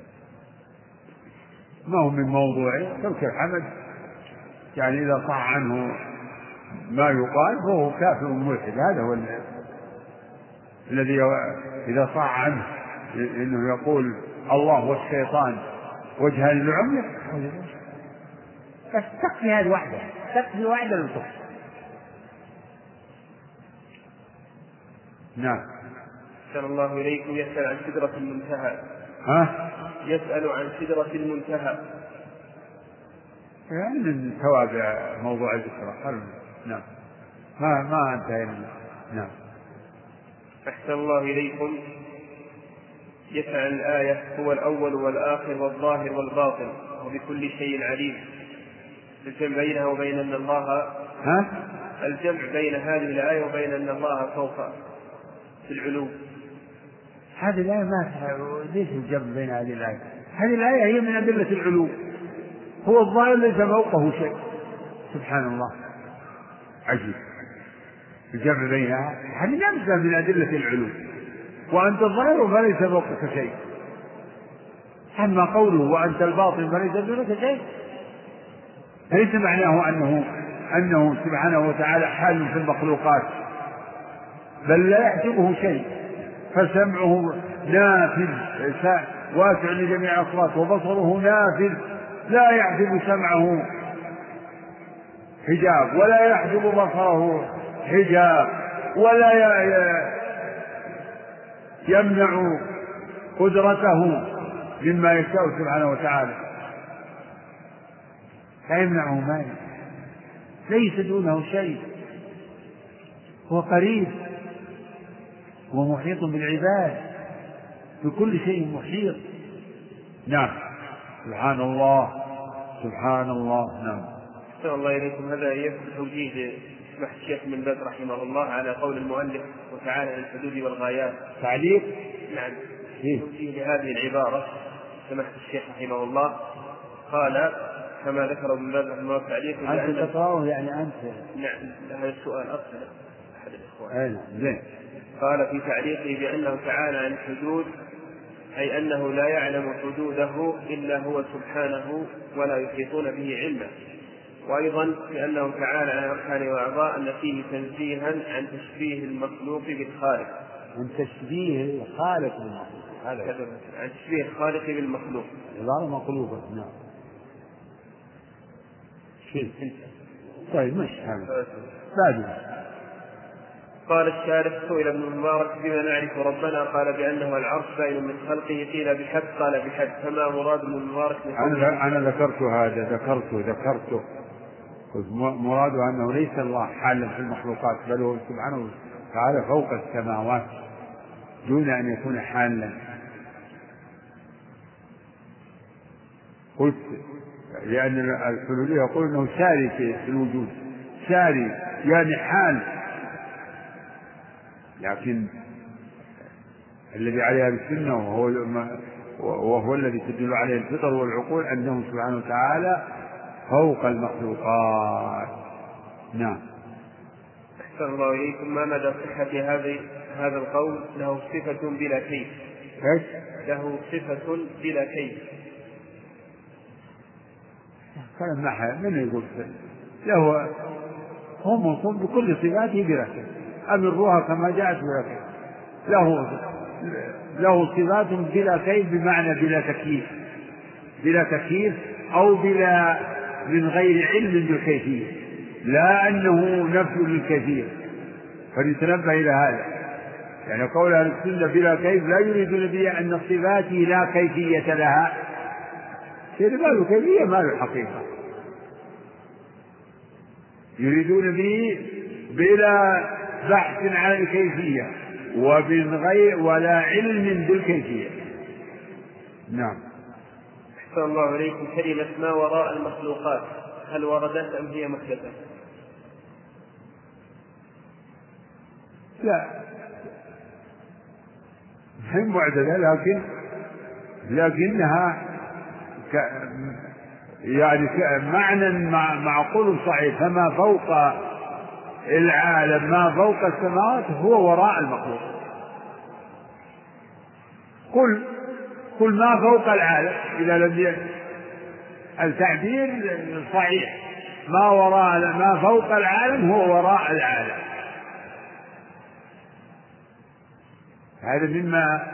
ما هو من موضوعه. تركي الحمد يعني إذا صح عنه ما يقال فهو كافر ملحد. هذا هو الذي إذا صح عنه إنه يقول الله والشيطان وجهان للعمية، بس تكفي هذه واحدة، تكفي واحدة للكفر. نعم. أحسن الله إليكم. يسأل عن سدرة المنتهى. يسأل عن سدرة المنتهى. يعني من توابع موضوع الإسراء. نعم. ما انتهينا. نعم. أحسن الله إليكم. يسأل عن الآية: هو الأول والآخر والظاهر والباطن وبكل شيء عليم. الجمع بينها وبين أن الله الجمع بين هذه الآية وبين أن الله فوق في العلو. هذه الآية ليش الجمع بين هذه الآية؟ هذه الآية هي من أدلة العلو. هو الظاهر ليس فوقه شيء. سبحان الله، عجيب. الجمع بينها هذه لمسة من أدلة العلو. وأنت الظاهر فليس فوقك شيء. أما قوله وأنت الباطن فليس دونك شيء ليس معناه أنه سبحانه وتعالى حال في المخلوقات، بل لا يحجبه شيء. فسمعه نافذ واسع لجميع الأصوات، وبصره نافذ لا يحجب سمعه حجاب، ولا يحجب بصره حجاب، ولا يمنع قدرته مما يشاء سبحانه وتعالى. لا يمنعه مانع، ليس دونه شيء. هو قريب ومحيط بالعباد، بكل شيء محيط. نعم. سبحان الله، سبحان الله. نعم. أحسن الله إليكم. هذا يذكر توجيه سماحة الشيخ من باز رحمه الله على قول المؤلف وتعالى للحدود والغايات. تعليق. نعم. توجيه لهذه العبارة سماحة الشيخ رحمه الله قال كما ذكر ابن باز رحمه الله تعليق. أنت تقرأه يعني أنت. نعم. هذا السؤال أرسل أحد الإخوان. أين زين. قال في تعليقه بأنه تعالى عن الحدود أي أنه لا يعلم حدوده إلا هو سبحانه ولا يحيطون به علما. وأيضا بأنه تعالى عن أركان وأعضاء أن فيه تنزيها عن تشبيه المخلوق بالخالق. عن تشبيه الخالق بالمخلوق. عن تشبيه الخالق بالمخلوق. عبارة مخلوقة. نعم. طيب مش هذا بعد. قال الشارح: سئل ابن المبارك بما نعرف ربنا؟ قال بأنه العرش بين من خلقه. قيل بحد؟ قال بحد. فما مراد ابن المبارك؟ أنا ذكرت هذا، ذكرته مراده أنه ليس الله حالا في المخلوقات، بل هو سبحانه وتعالى فوق السماوات دون أن يكون حالا. قلت لأن الحلولية يقول أنه ساري في الوجود، ساري يعني حال، لكن الذي عليها السنة وهو الذي تدل عليه الفطر والعقول أنه سبحانه وتعالى فوق المخلوقات. نعم. أحسن الله إليكم. ما مدى صحة هذا القول؟ له صفة بلا كيف. له صفة بلا كيف. كلام نحن من يقول له هو موصوف بكل صفاته بلا كيف، أمروها كما جاءت بلا كيف. له صفات بلا كيف بمعنى بلا تكييف. بلا تكييف أو بلا من غير علم بالكيفية، لا أنه نفي للكيفية، فليتنبه إلى هذا. يعني قول أهل السنة بلا كيف لا يريدون به أن الصفات لا كيفية لها، شيء ما له كيفية ما له حقيقة، يريدون به بلا بحث عن الكيفية ومن غير ولا علم بالكيفية. نعم. أحسن الله إليكم. كلمة ما وراء المخلوقات هل وردت أم هي محدثة؟ لا هي معدلة، لكنها يعني معنى معقول صحيح. فما فوق العالم ما فوق السماوات هو وراء المخلوق. قل ما فوق العالم إذا لم التعبير صحيح، ما وراء ما فوق العالم هو وراء العالم. هذا مما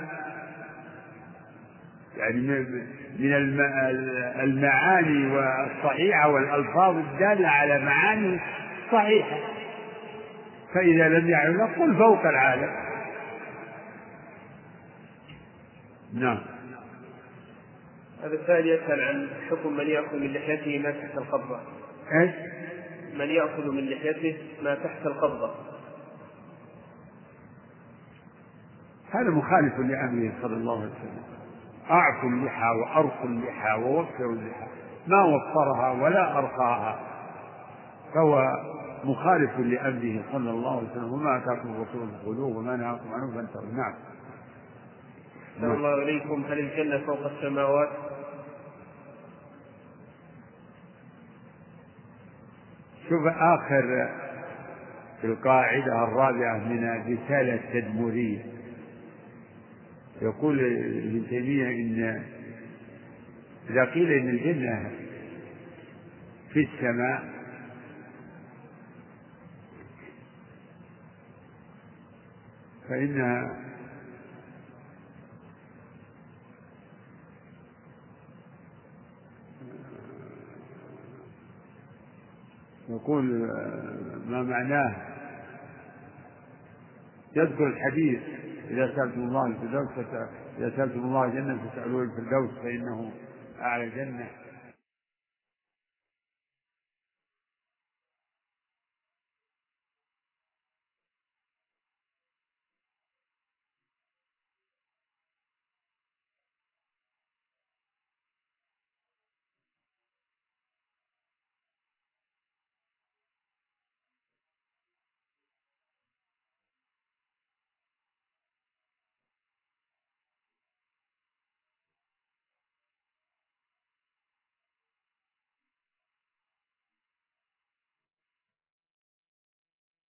يعني من المعاني والصحيحة والألفاظ الدالة على معاني صحيحة. فإذا لم يعلم قل فوق العالم. نعم. هذا السائل يسأل عن حكم من يأخذ من لحيته ما تحت القبضة. إيش؟ من يأخذ من لحيته ما تحت القبضة. هذا مخالف لأمره صلى الله عليه وسلم. أعفوا اللحى وأرخوا اللحى ووفروا اللحى، ما وفرها ولا أرخاها، فهو مخالف لأمره صلى الله عليه وسلم. وما أتاكم الرسول فخذوه وما نهاكم عنه فانتهوا. نعم. أحسن الله إليكم. هل الجنة فوق السماوات؟ شوف آخر القاعدة الرابعة من الرسالة التدمرية، يقول ابن تيمية إن إذا قيل إن الجنة في السماء فإنها يقول ما معناه، يذكر الحديث إذا سألتم الله الفردوس إذا سألتم الله جنة فاسألوه الفردوس فإنه أعلى جنة.